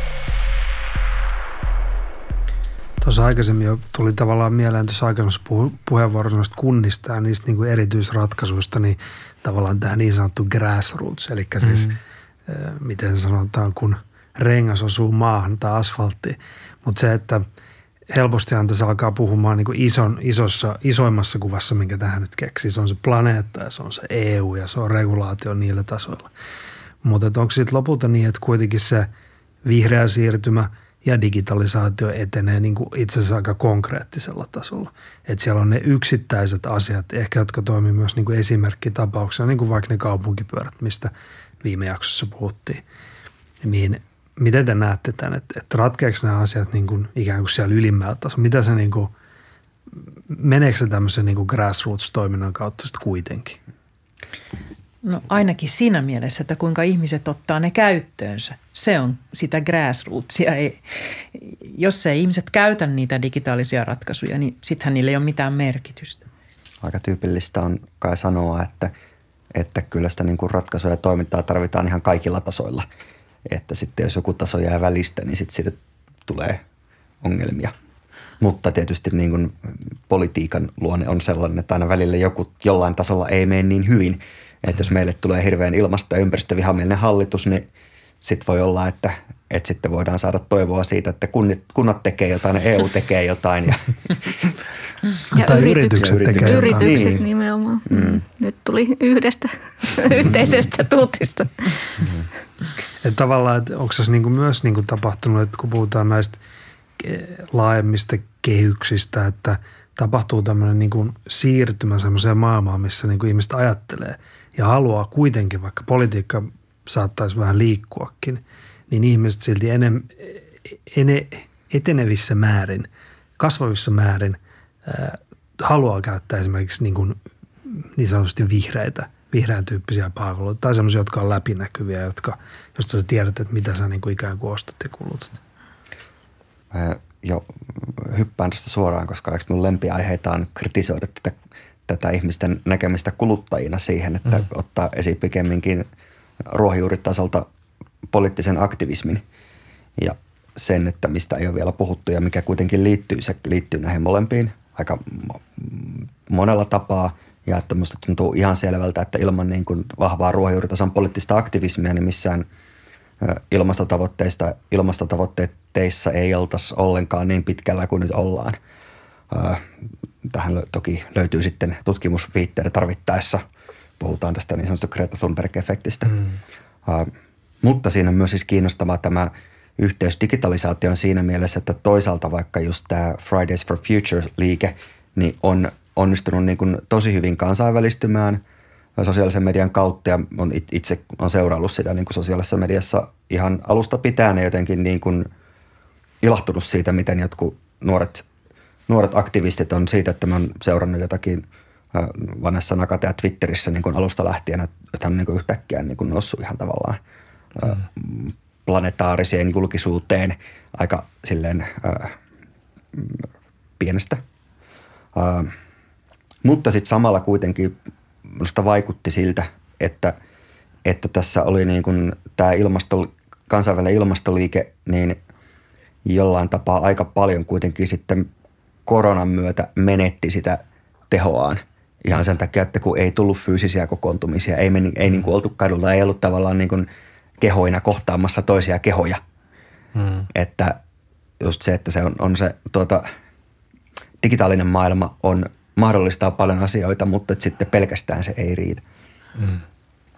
Tuossa aikaisemmin jo tuli tavallaan mieleen tuossa aikaisemmassa puheenvuorossa noista kunnista ja niistä niin kuin erityisratkaisuista, niin tavallaan tämä niin sanottu grassroots, eli siis mm-hmm. miten sanotaan, kun rengas osuu maahan tai asfalttiin. Mutta se, että helpostihan tässä alkaa puhumaan niin kuin ison, isossa, isoimmassa kuvassa, minkä tähän nyt keksii. Se on se planeetta ja se on se E U ja se on regulaatio niillä tasoilla. Mutta onko sitten lopulta niin, että kuitenkin se vihreä siirtymä ja digitalisaatio etenee niin kuin itse asiassa aika konkreettisella tasolla. Että siellä on ne yksittäiset asiat, ehkä jotka toimii myös niin kuin esimerkkitapauksena, niin kuin vaikka ne kaupunkipyörät, mistä viime jaksossa puhuttiin. Niin miten te näette tämän, että, että ratkeeko nämä asiat niin kuin ikään kuin siellä ylimmällä tasolla? Mitä se niin kuin, meneekö se tämmöisen niin kuin grassroots-toiminnan kautta sitten kuitenkin? No ainakin siinä mielessä, että kuinka ihmiset ottaa ne käyttöönsä. Se on sitä grassrootsia. Ei, jos ei ihmiset käytä niitä digitaalisia ratkaisuja, niin sittenhän niillä ei ole mitään merkitystä. Aika tyypillistä on kai sanoa, että, että kyllä sitä niin kuin ratkaisuja ja toimintaa tarvitaan ihan kaikilla tasoilla. Että sitten jos joku taso jää välistä, niin sitten siitä tulee ongelmia. Mutta tietysti niin kuin politiikan luonne on sellainen, että aina välillä joku jollain tasolla ei mene niin hyvin. Että jos meille tulee hirveän ilmasto- ja ympäristövihamielinen hallitus, niin sitten voi olla, että, että sitten voidaan saada toivoa siitä, että kunnat, kunnat tekee jotain ja E U tekee jotain. Ja, ja tai yritykset, yritykset tekee yritykset jotain. nimenomaan. Mm. Nyt tuli yhdestä yhteisestä tuutista. Mm. Että tavallaan, että onko se niinku myös niinku tapahtunut, että kun puhutaan näistä laajemmista kehyksistä, että tapahtuu tämmöinen niinku siirtymä semmoiseen maailmaan, missä niinku ihmiset ajattelee ja haluaa kuitenkin, vaikka politiikka saattaisi vähän liikkuakin, niin ihmiset silti enem, ene, etenevissä määrin, kasvavissa määrin ää, haluaa käyttää esimerkiksi niin, kuin, niin sanotusti vihreitä, vihreän tyyppisiä palveluita tai semmoisia, jotka on läpinäkyviä, jotka, josta sä tiedät, että mitä sä niin kuin ikään kuin ostat ja kulutat. Mä jo hyppään tuosta suoraan, koska yksi mun lempiaiheita on kritisoida tätä, tätä ihmisten näkemistä kuluttajina siihen, että mm. ottaa esiin pikemminkin ruohonjuuritasolta poliittisen aktivismin ja sen, että mistä ei ole vielä puhuttu ja mikä kuitenkin liittyy, se liittyy näihin molempiin aika monella tapaa ja että musta tuntuu ihan selvältä, että ilman niin kuin vahvaa ruohonjuuritason poliittista aktivismia niin missään ilmastotavoitteista, ilmastotavoitteissa ei oltaisi ollenkaan niin pitkällä kuin nyt ollaan. Tähän toki löytyy sitten tutkimusviitteitä tarvittaessa. Puhutaan tästä niin sanotusta Greta Thunberg-efektistä. Mm. Uh, mutta siinä on myös siis kiinnostava tämä yhteys digitalisaatioon siinä mielessä, että toisaalta vaikka just tämä Fridays for Future-liike niin on onnistunut niin kuin tosi hyvin kansainvälistymään sosiaalisen median kautta ja on itse on seuraillut sitä niin kuin sosiaalisessa mediassa ihan alusta pitäen ja jotenkin niin kuin ilahtunut siitä, miten jotkut nuoret, nuoret aktivistit on siitä, että mä oon seurannut jotakin Vanessa Nakatea Twitterissä niin kuin alusta lähtien, että hän on niin kuin yhtäkkiä niin kuin noussut ihan tavallaan mm. planetaariseen julkisuuteen aika silleen äh, pienestä. Äh, mutta sitten samalla kuitenkin minusta vaikutti siltä, että, että tässä oli niin kuin tämä ilmasto, kansainvälinen ilmastoliike niin jollain tapaa aika paljon kuitenkin sitten koronan myötä menetti sitä tehoaan. Ihan sen takia, että kun ei tullut fyysisiä kokoontumisia, ei, meni, ei niin kuin oltu kadulla, ei ollut tavallaan niin kuin kehoina kohtaamassa toisia kehoja. Hmm. Että just se, että se on, on se tuota, digitaalinen maailma on mahdollistaa paljon asioita, mutta sitten pelkästään se ei riitä. Hmm.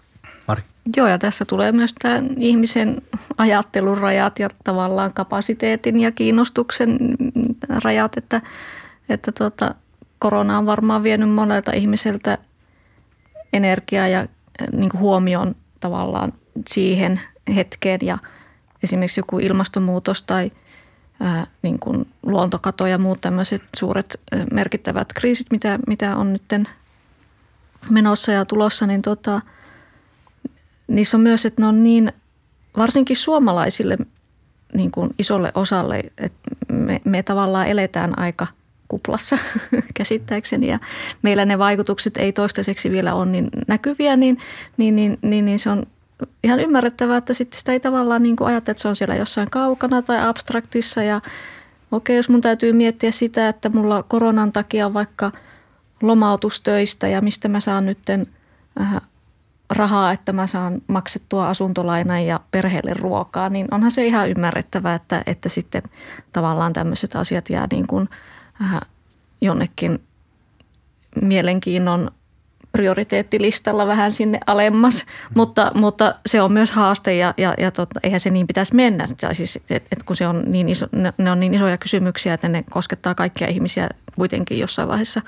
Mari? Joo, ja tässä tulee myös tämä ihmisen ajattelun rajat ja tavallaan kapasiteetin ja kiinnostuksen rajat, että, että tota, korona on varmaan vienyt monelta ihmiseltä energiaa ja niin kuin huomioon tavallaan siihen hetkeen ja esimerkiksi joku ilmastonmuutos tai ää, niin kuin luontokato ja muut tämmöiset suuret merkittävät kriisit, mitä, mitä on nyt menossa ja tulossa, niin tota, niissä on myös, että ne on niin varsinkin suomalaisille niin kuin isolle osalle, että me, me tavallaan eletään aika kuplassa käsittääkseni ja meillä ne vaikutukset ei toistaiseksi vielä ole niin näkyviä, niin, niin, niin, niin, niin se on ihan ymmärrettävää, että sitten sitä ei tavallaan niin kuin ajatella, että se on siellä jossain kaukana tai abstraktissa ja okei, jos mun täytyy miettiä sitä, että mulla koronan takia on vaikka lomautustöistä ja mistä mä saan nytten äh, rahaa, että mä saan maksettua asuntolainan ja perheelle ruokaa, niin onhan se ihan ymmärrettävää, että, että sitten tavallaan tämmöiset asiat jää niin kuin äh, jonnekin mielenkiinnon prioriteettilistalla vähän sinne alemmas, mutta, mutta se on myös haaste ja, ja, ja totta, eihän se niin pitäisi mennä. Siis, et, et kun se on niin iso, ne, ne on niin isoja kysymyksiä, että ne koskettaa kaikkia ihmisiä kuitenkin jossain vaiheessa.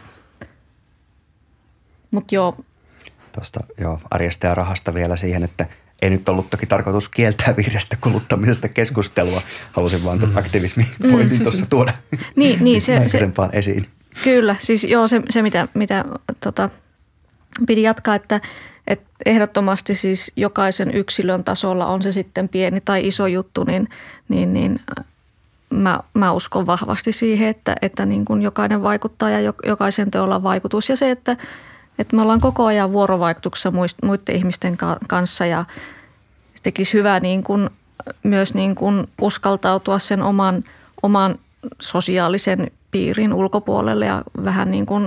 Mutta joo. Tuosta joo, arjesta ja rahasta vielä siihen, että ei nyt ollut toki tarkoitus kieltää vihreästä kuluttamisesta keskustelua. Halusin vaan tuon aktivismipointin tuossa tuoda niin, niin, se, aikaisempaan se, esiin. Kyllä, siis joo se, se mitä, mitä tota, piti jatkaa, että, että ehdottomasti siis jokaisen yksilön tasolla on se sitten pieni tai iso juttu, niin, niin, niin mä, mä uskon vahvasti siihen, että, että niin kuin jokainen vaikuttaa ja jokaisen teolla on vaikutus ja se, että Että me ollaan koko ajan vuorovaikutuksessa muiden ihmisten kanssa ja tekisi hyvä niin kuin, myös niin kuin uskaltautua sen oman, oman sosiaalisen piirin ulkopuolelle ja vähän niin kuin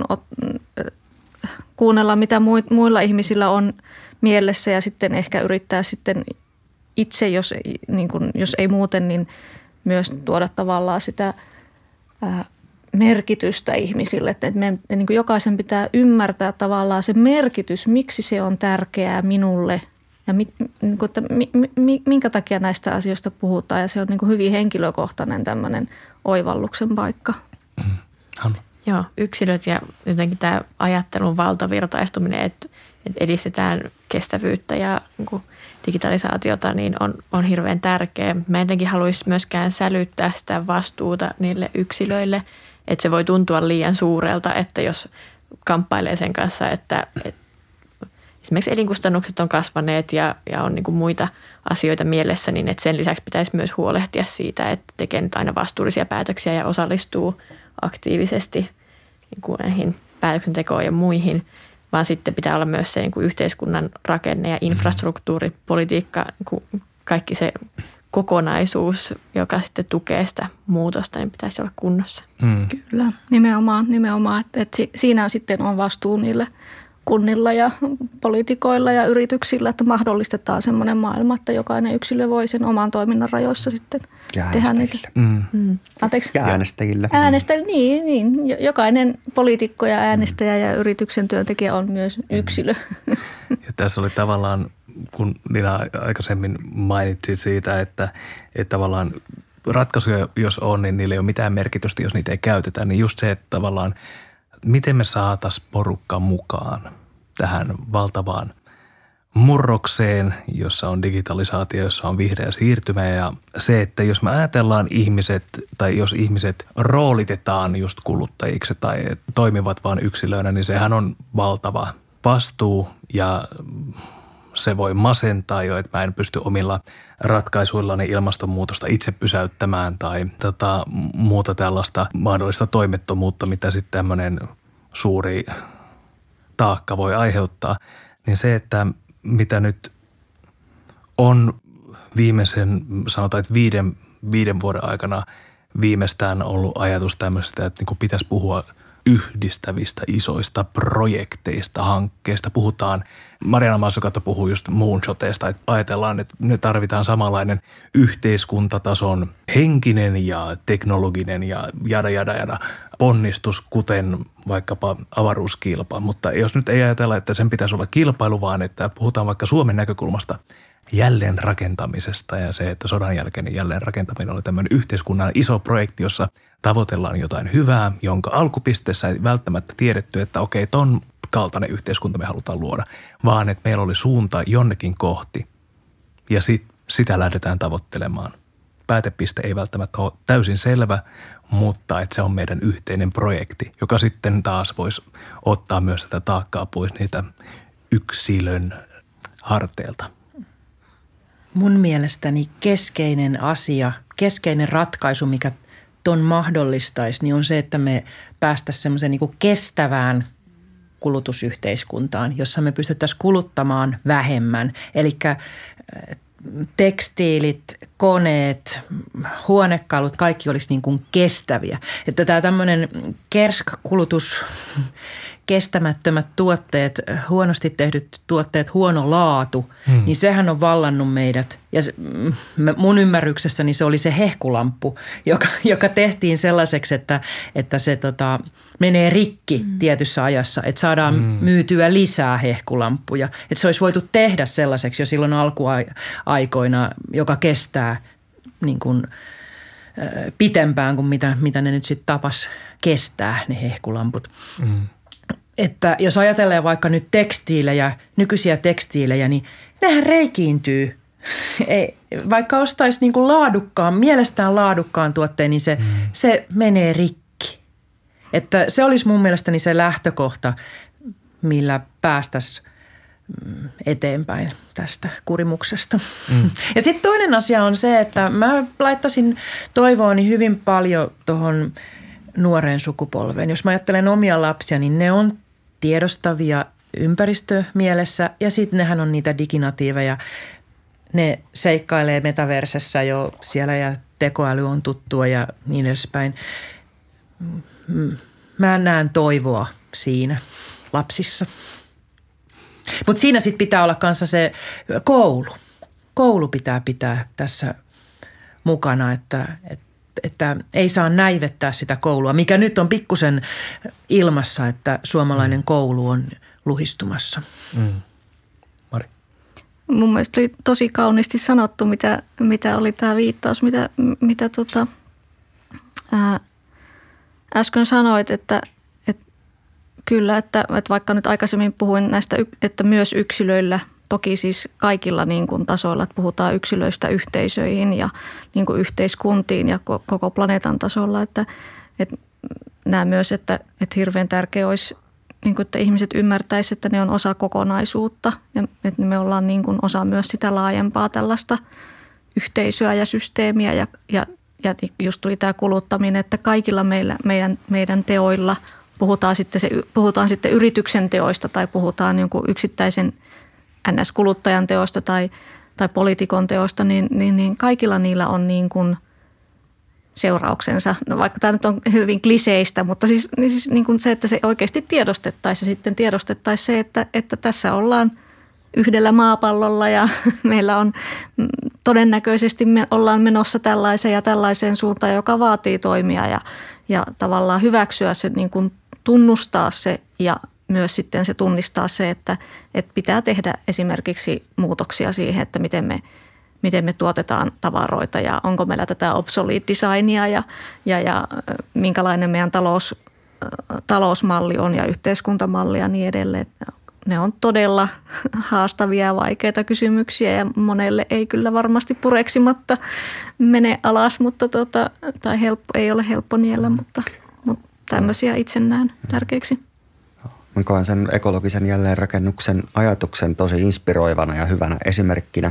kuunnella, mitä muilla ihmisillä on mielessä ja sitten ehkä yrittää sitten itse, jos, niin kuin, jos ei muuten, niin myös tuoda tavallaan sitä ää, merkitystä ihmisille, että me, niin kuin jokaisen pitää ymmärtää tavallaan se merkitys, miksi se on tärkeää minulle ja mi, niin kuin, että mi, mi, minkä takia näistä asioista puhutaan ja se on niin kuin hyvin henkilökohtainen tämmöinen oivalluksen paikka. Mm. Hanna. Joo, yksilöt ja jotenkin tämä ajattelun valtavirtaistuminen, että, että edistetään kestävyyttä ja niin kuin digitalisaatiota, niin on, on hirveän tärkeä. Mä jotenkin haluaisin myöskään sälyttää sitä vastuuta niille yksilöille, että se voi tuntua liian suurelta, että jos kamppailee sen kanssa, että, että esimerkiksi elinkustannukset on kasvaneet ja, ja on niin kuin muita asioita mielessä, niin että sen lisäksi pitäisi myös huolehtia siitä, että tekee nyt aina vastuullisia päätöksiä ja osallistuu aktiivisesti niin kuin näihin päätöksentekoon ja muihin, vaan sitten pitää olla myös se niin kuin yhteiskunnan rakenne ja infrastruktuuri, politiikka, niin kuin kaikki se kokonaisuus, joka sitten tukee sitä muutosta, niin pitäisi olla kunnossa. Mm. Kyllä, nimenomaan, nimenomaan että, että siinä sitten on vastuu niille kunnilla ja poliitikoilla ja yrityksillä, että mahdollistetaan semmoinen maailma, että jokainen yksilö voi sen oman toiminnan rajoissa sitten tehdä niitä. Mm. Mm. Anteeksi? Ja äänestäjille. Äänestäjille, niin, niin. Jokainen poliitikko ja äänestäjä ja yrityksen työntekijä on myös yksilö. Ja tässä oli tavallaan, kun Nina aikaisemmin mainitsi siitä, että, että tavallaan ratkaisuja, jos on, niin niillä ei ole mitään merkitystä, jos niitä ei käytetä. Niin just se, että tavallaan miten me saataisiin porukka mukaan tähän valtavaan murrokseen, jossa on digitalisaatio, jossa on vihreä siirtymä ja se, että jos me ajatellaan ihmiset tai jos ihmiset roolitetaan just kuluttajiksi tai toimivat vain yksilöinä, niin sehän on valtava vastuu ja se voi masentaa jo, että mä en pysty omilla ratkaisuillani ilmastonmuutosta itse pysäyttämään tai tota, muuta tällaista mahdollista toimettomuutta, mitä sitten tämmöinen suuri taakka voi aiheuttaa. Niin se, että mitä nyt on viimeisen, sanotaan, että viiden, viiden vuoden aikana viimeistään ollut ajatus tämmöisestä, että niin kuin pitäisi puhua yhdistävistä isoista projekteista, hankkeista. Puhutaan, Mariana Mazzucato puhuu just moonshoteista, että ajatellaan, että ne tarvitaan samanlainen yhteiskuntatason henkinen ja teknologinen ja jada jada jada ponnistus, kuten vaikkapa avaruuskilpa. Mutta jos nyt ei ajatella, että sen pitäisi olla kilpailu, vaan että puhutaan vaikka Suomen näkökulmasta jälleenrakentamisesta ja se, että sodan jälkeinen jälleenrakentaminen oli tämmöinen yhteiskunnan iso projekti, jossa tavoitellaan jotain hyvää, jonka alkupisteessä ei välttämättä tiedetty, että okei, ton kaltainen yhteiskunta me halutaan luoda, vaan että meillä oli suunta jonnekin kohti ja sit, sitä lähdetään tavoittelemaan. Päätepiste ei välttämättä ole täysin selvä, mutta että se on meidän yhteinen projekti, joka sitten taas voisi ottaa myös tätä taakkaa pois niitä yksilön harteilta. Mun mielestäni keskeinen asia, keskeinen ratkaisu, mikä ton mahdollistaisi, niin on se, että me päästäisiin semmoiseen niin kuin kestävään kulutusyhteiskuntaan, jossa me pystyttäisiin kuluttamaan vähemmän. Eli tekstiilit, koneet, huonekalut, kaikki olisi niin kuin kestäviä. Että tämä tämmöinen kerskakulutus, kestämättömät tuotteet, huonosti tehdyt tuotteet, huono laatu, hmm. niin sehän on vallannut meidät. Ja se, mun ymmärryksessäni se oli se hehkulamppu, joka, joka tehtiin sellaiseksi, että, että se tota, menee rikki hmm. tietyssä ajassa, että saadaan hmm. myytyä lisää hehkulamppuja. Että se olisi voitu tehdä sellaiseksi jo silloin alkuaikoina, joka kestää niin kuin pitempään kuin mitä, mitä ne nyt sitten tapas kestää, ne hehkulamput. Hmm. Että jos ajatellaan vaikka nyt tekstiilejä, nykyisiä tekstiilejä, niin nehän reikiintyy. Ei, vaikka ostaisi niin kuin laadukkaan, mielestään laadukkaan tuotteen, niin se, mm. se menee rikki. Että se olisi mun mielestäni se lähtökohta, millä päästäisiin eteenpäin tästä kurimuksesta. Mm. Ja sitten toinen asia on se, että mä laittaisin toivooni hyvin paljon tuohon nuoreen sukupolveen. Jos mä ajattelen omia lapsia, niin ne on tiedostavia ympäristömielessä ja sitten nehän on niitä diginatiiveja. Ne seikkailee metaversessä jo siellä ja tekoäly on tuttua ja niin edespäin. Mä näen toivoa siinä lapsissa. Mutta siinä sitten pitää olla kanssa se koulu. Koulu pitää pitää tässä mukana, että, että että ei saa näivettää sitä koulua, mikä nyt on pikkusen ilmassa, että suomalainen koulu on luhistumassa. Mm. Mari? Mun mielestä oli tosi kauniisti sanottu, mitä, mitä oli tämä viittaus, mitä, mitä tota, ää, äsken sanoit, että, että kyllä, että, että vaikka nyt aikaisemmin puhuin näistä, että myös yksilöillä, toki siis kaikilla niin kuin tasoilla, että puhutaan yksilöistä yhteisöihin ja niin kuin yhteiskuntiin ja koko planeetan tasolla, että, että näen myös, että, että hirveän tärkeää olisi, niin kuin, että ihmiset ymmärtäisivät, että ne on osa kokonaisuutta ja että me ollaan niin kuin osa myös sitä laajempaa tällaista yhteisöä ja systeemiä ja, ja, ja just tuli tämä kuluttaminen, että kaikilla meillä, meidän, meidän teoilla puhutaan sitten, se, puhutaan sitten yrityksen teoista tai puhutaan jonkun yksittäisen N S-kuluttajan teosta tai, tai poliitikon teosta, niin, niin, niin kaikilla niillä on niin kuin seurauksensa. No vaikka tämä nyt on hyvin kliseistä, mutta siis, niin siis niin kuin se, että se oikeasti tiedostettaisiin ja sitten tiedostettaisiin se, että, että tässä ollaan yhdellä maapallolla ja meillä on todennäköisesti me ollaan menossa tällaiseen ja tällaiseen suuntaan, joka vaatii toimia ja, ja tavallaan hyväksyä se, niin kuin tunnustaa se ja myös sitten se tunnistaa se, että, että pitää tehdä esimerkiksi muutoksia siihen, että miten me, miten me tuotetaan tavaroita ja onko meillä tätä obsolete designia ja, ja, ja minkälainen meidän talous, talousmalli on ja yhteiskuntamalli ja niin edelleen. Ne on todella haastavia ja vaikeita kysymyksiä ja monelle ei kyllä varmasti pureksimatta mene alas, mutta tota, tai helppo, ei ole helppo niellä, mutta, mutta tämmöisiä itse näen tärkeiksi. Mä koen sen ekologisen jälleenrakennuksen ajatuksen tosi inspiroivana ja hyvänä esimerkkinä.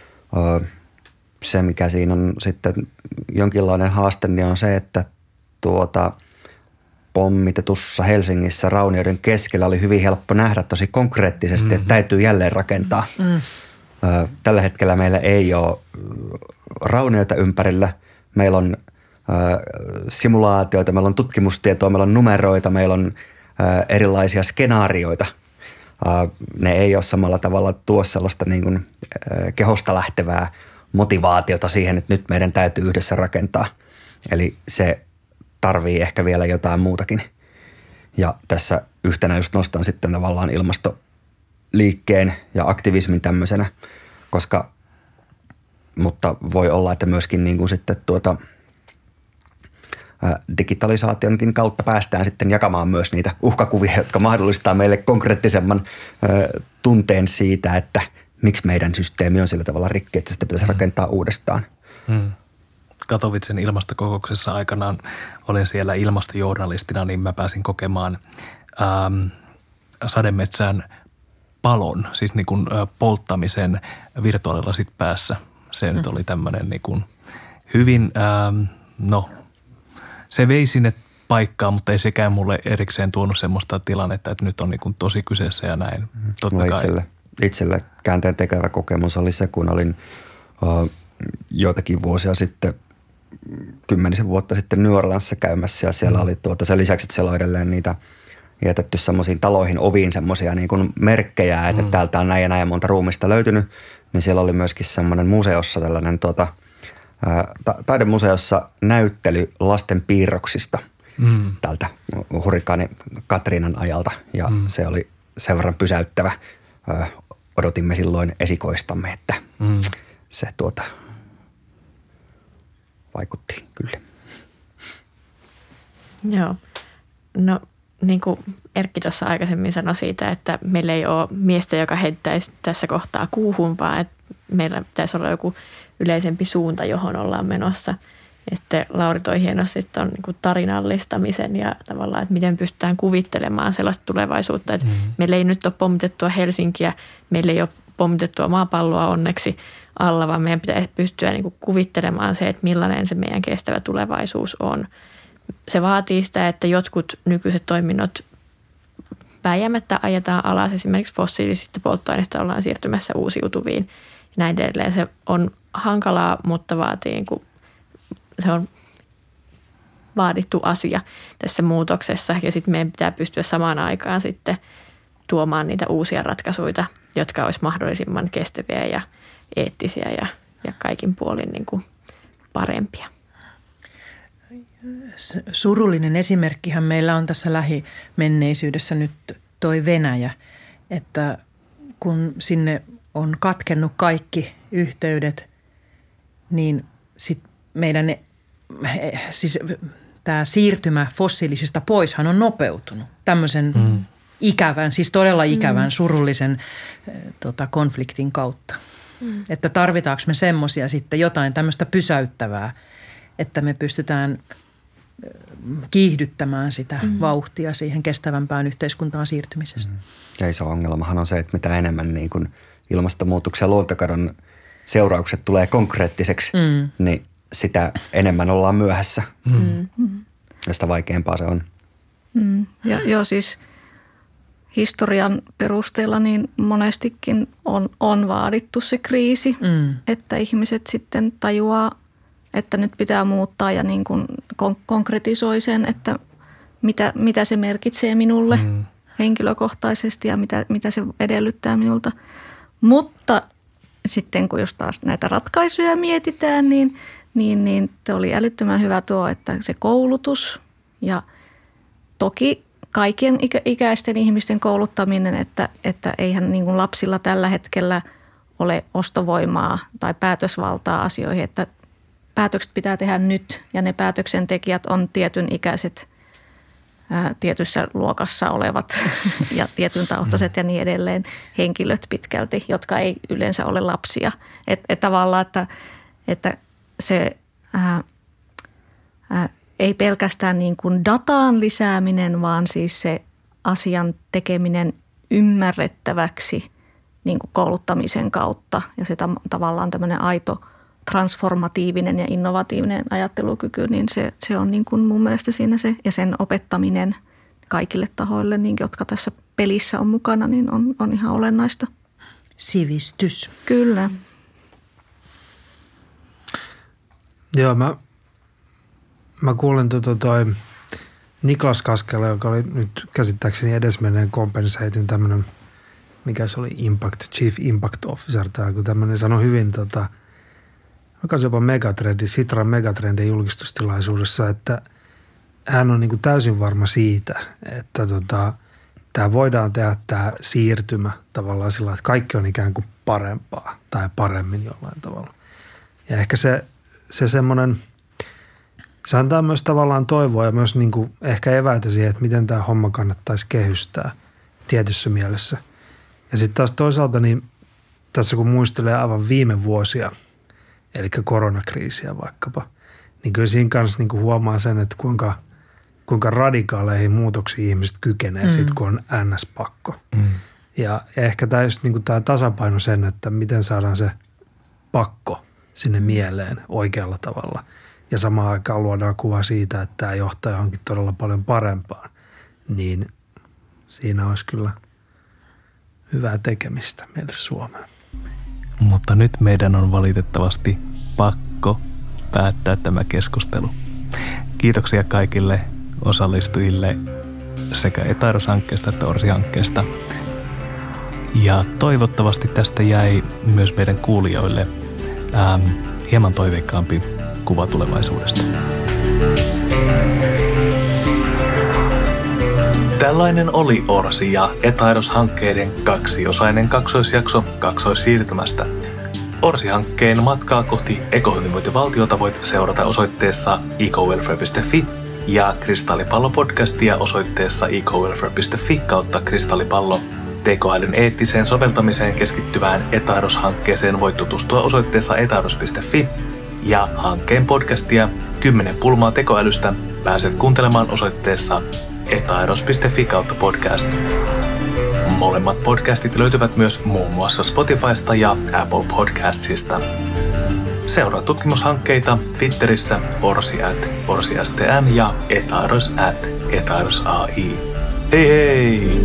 Se, mikä siinä on sitten jonkinlainen haaste, niin on se, että tuota pommitetussa Helsingissä raunioiden keskellä oli hyvin helppo nähdä tosi konkreettisesti, mm-hmm. että täytyy jälleen rakentaa. Mm. Tällä hetkellä meillä ei ole raunioita ympärillä. Meillä on simulaatioita, meillä on tutkimustietoa, meillä on numeroita, meillä on erilaisia skenaarioita. Ne ei ole samalla tavalla tuo sellaista niin kuin kehosta lähtevää motivaatiota siihen, että nyt meidän täytyy yhdessä rakentaa. Eli se tarvii ehkä vielä jotain muutakin. Ja tässä yhtenä just nostan sitten tavallaan ilmastoliikkeen ja aktivismin tämmöisenä, koska, mutta voi olla, että myöskin niin kuin sitten tuota digitalisaationkin kautta päästään sitten jakamaan myös niitä uhkakuvia, jotka mahdollistaa meille konkreettisemman tunteen siitä, että miksi meidän systeemi on sillä tavalla rikki, että sitä pitäisi rakentaa uudestaan. Hmm. Katowicen ilmastokokouksessa aikanaan olin siellä ilmastojournalistina, niin mä pääsin kokemaan ähm, sademetsään palon, siis niin kuin äh, polttamisen virtuaalilasit päässä. Se hmm. nyt oli tämmöinen niin kuin hyvin, ähm, no se vei sinne paikkaan, mutta ei sekään mulle erikseen tuonut semmoista tilannetta, että nyt on niin kuin tosi kyseessä ja näin. Totta kai. Itselle, itselle käänteen tekevä kokemus oli se, kun olin uh, joitakin vuosia sitten, kymmenisen vuotta sitten New Orleansissa käymässä ja siellä mm. oli tuota sen lisäksi, että siellä on edelleen niitä jätetty semmoisiin taloihin oviin semmoisia niin kuin merkkejä, että mm. täältä on näin ja näin monta ruumista löytynyt, niin siellä oli myöskin semmoinen museossa tällainen tuota, ta- taidemuseossa näyttely lasten piirroksista mm. tältä hurrikaani Katriinan ajalta ja mm. se oli sen verran pysäyttävä. Ö, odotimme silloin esikoistamme, että mm. se tuota vaikutti kyllä. Joo. No niin kuin Erkki tuossa aikaisemmin sanoi siitä, että meillä ei ole miestä, joka heittäisi tässä kohtaa kuuhun, vaan että meillä pitäisi olla joku yleisempi suunta, johon ollaan menossa. Ja sitten Lauri toi hienosti tuon niin tarinallistamisen ja tavallaan, että miten pystytään kuvittelemaan sellaista tulevaisuutta, että mm. meillä ei nyt ole pommitettua Helsinkiä, meillä ei ole pommitettua maapalloa onneksi alla, vaan meidän pitäisi pystyä niin kuin kuvittelemaan se, että millainen se meidän kestävä tulevaisuus on. Se vaatii sitä, että jotkut nykyiset toiminnot vääjäämättä ajetaan alas. Esimerkiksi fossiilisista polttoaineista ollaan siirtymässä uusiutuviin ja näin edelleen. Se on hankalaa, mutta vaatii, niin kuin, se on vaadittu asia tässä muutoksessa. Ja sitten meidän pitää pystyä samaan aikaan sitten tuomaan niitä uusia ratkaisuja, jotka olisi mahdollisimman kestäviä ja eettisiä ja, ja kaikin puolin niin kuin parempia. Surullinen esimerkkihän meillä on tässä lähimenneisyydessä nyt toi Venäjä, että kun sinne on katkennut kaikki yhteydet, niin sit meidän siis tämä siirtymä fossiilisista poishan on nopeutunut tämmöisen mm. ikävän, siis todella ikävän, mm. surullisen tota, konfliktin kautta. Mm. Että tarvitaanko me semmoisia sitten jotain tämmöistä pysäyttävää, että me pystytään kiihdyttämään sitä mm. vauhtia siihen kestävämpään yhteiskuntaan siirtymisessä. Mm. Ja iso ongelmahan on se, että mitä enemmän niin kuin ilmastonmuutoksen ja luontokadon seuraukset tulee konkreettiseksi, mm. niin sitä enemmän ollaan myöhässä. Mm. Mm. Ja sitä vaikeampaa se on. Mm. Ja, joo, siis historian perusteella niin monestikin on, on vaadittu se kriisi, mm. että ihmiset sitten tajuaa, että nyt pitää muuttaa ja niin kuin kon- konkretisoi sen, että mitä, mitä se merkitsee minulle mm. henkilökohtaisesti ja mitä, mitä se edellyttää minulta. Mutta sitten kun jos taas näitä ratkaisuja mietitään, niin, niin, niin se oli älyttömän hyvä tuo, että se koulutus ja toki kaikkien ikä, ikäisten ihmisten kouluttaminen, että, että eihän niin kuin lapsilla tällä hetkellä ole ostovoimaa tai päätösvaltaa asioihin, että päätökset pitää tehdä nyt ja ne päätöksentekijät on tietyn ikäiset, ää, tietyssä luokassa olevat ja tietyn taustaiset ja niin edelleen henkilöt pitkälti, jotka ei yleensä ole lapsia. Että et tavallaan, että, että se ää, ää, ei pelkästään niin kuin dataan lisääminen, vaan siis se asian tekeminen ymmärrettäväksi niin kuin kouluttamisen kautta ja se tam- tavallaan tämmöinen aito transformatiivinen ja innovatiivinen ajattelukyky, niin se, se on niin kuin mun mielestä siinä se, ja sen opettaminen kaikille tahoille, niin, jotka tässä pelissä on mukana, niin on, on ihan olennaista. Sivistys. Kyllä. Joo, mä mä kuulin tuota toi Niklas Kaskela, joka oli nyt käsittääkseni edesmenneen Compensatein tämmöinen, mikä se oli, Impact, Chief Impact Officer, tai kun tämmöinen sanoi hyvin, tota, joka jopa Megatrendi, Sitran Megatrendin julkistustilaisuudessa, että hän on niin kuin täysin varma siitä, että tota, tämä voidaan tehdä tämä siirtymä tavallaan sillä, että kaikki on ikään kuin parempaa tai paremmin jollain tavalla. Ja ehkä se, se semmoinen, se antaa myös tavallaan toivoa ja myös niin kuin ehkä eväitä siihen, että miten tämä homma kannattaisi kehystää tietyssä mielessä. Ja sitten taas toisaalta niin tässä kun muistelee aivan viime vuosia, eli koronakriisiä vaikkapa, niin kyllä siinä kanssa niin kuin huomaa sen, että kuinka, kuinka radikaaleihin muutoksiin ihmiset kykenee mm. sitten, kun on N S-pakko. Mm. Ja, ja ehkä tämä just niin kuin tämä tasapaino sen, että miten saadaan se pakko sinne mieleen oikealla tavalla. Ja samaan aikaan luodaan kuva siitä, että tämä johtaa johonkin todella paljon parempaan. Niin siinä olisi kyllä hyvää tekemistä meille Suomeen. Mutta nyt meidän on valitettavasti pakko päättää tämä keskustelu. Kiitoksia kaikille osallistujille sekä Etairos-hankkeesta että Orsi-hankkeesta. Ja toivottavasti tästä jäi myös meidän kuulijoille ähm, hieman toiveikkaampi kuva tulevaisuudesta. Tällainen oli Orsi ja Etairos-hankkeiden kaksiosainen kaksoisjakso kaksoissiirtymästä. Orsi-hankkeen matkaa kohti ekohyvinvointivaltiota voit seurata osoitteessa ecowelfare piste fi ja Kristallipallo-podcastia osoitteessa ecowelfare piste fi kautta kristallipallo. Tekoälyn eettiseen soveltamiseen keskittyvään Etairos-hankkeeseen voit tutustua osoitteessa etairos piste fi ja hankkeen podcastia kymmenen pulmaa tekoälystä pääset kuuntelemaan osoitteessa etairos piste fi kautta podcast. Molemmat podcastit löytyvät myös muun muassa Spotifysta ja Apple Podcastsista. Seuraa tutkimushankkeita Twitterissä orsi at orsi stm ja etairos at etairos ai. Hei hei!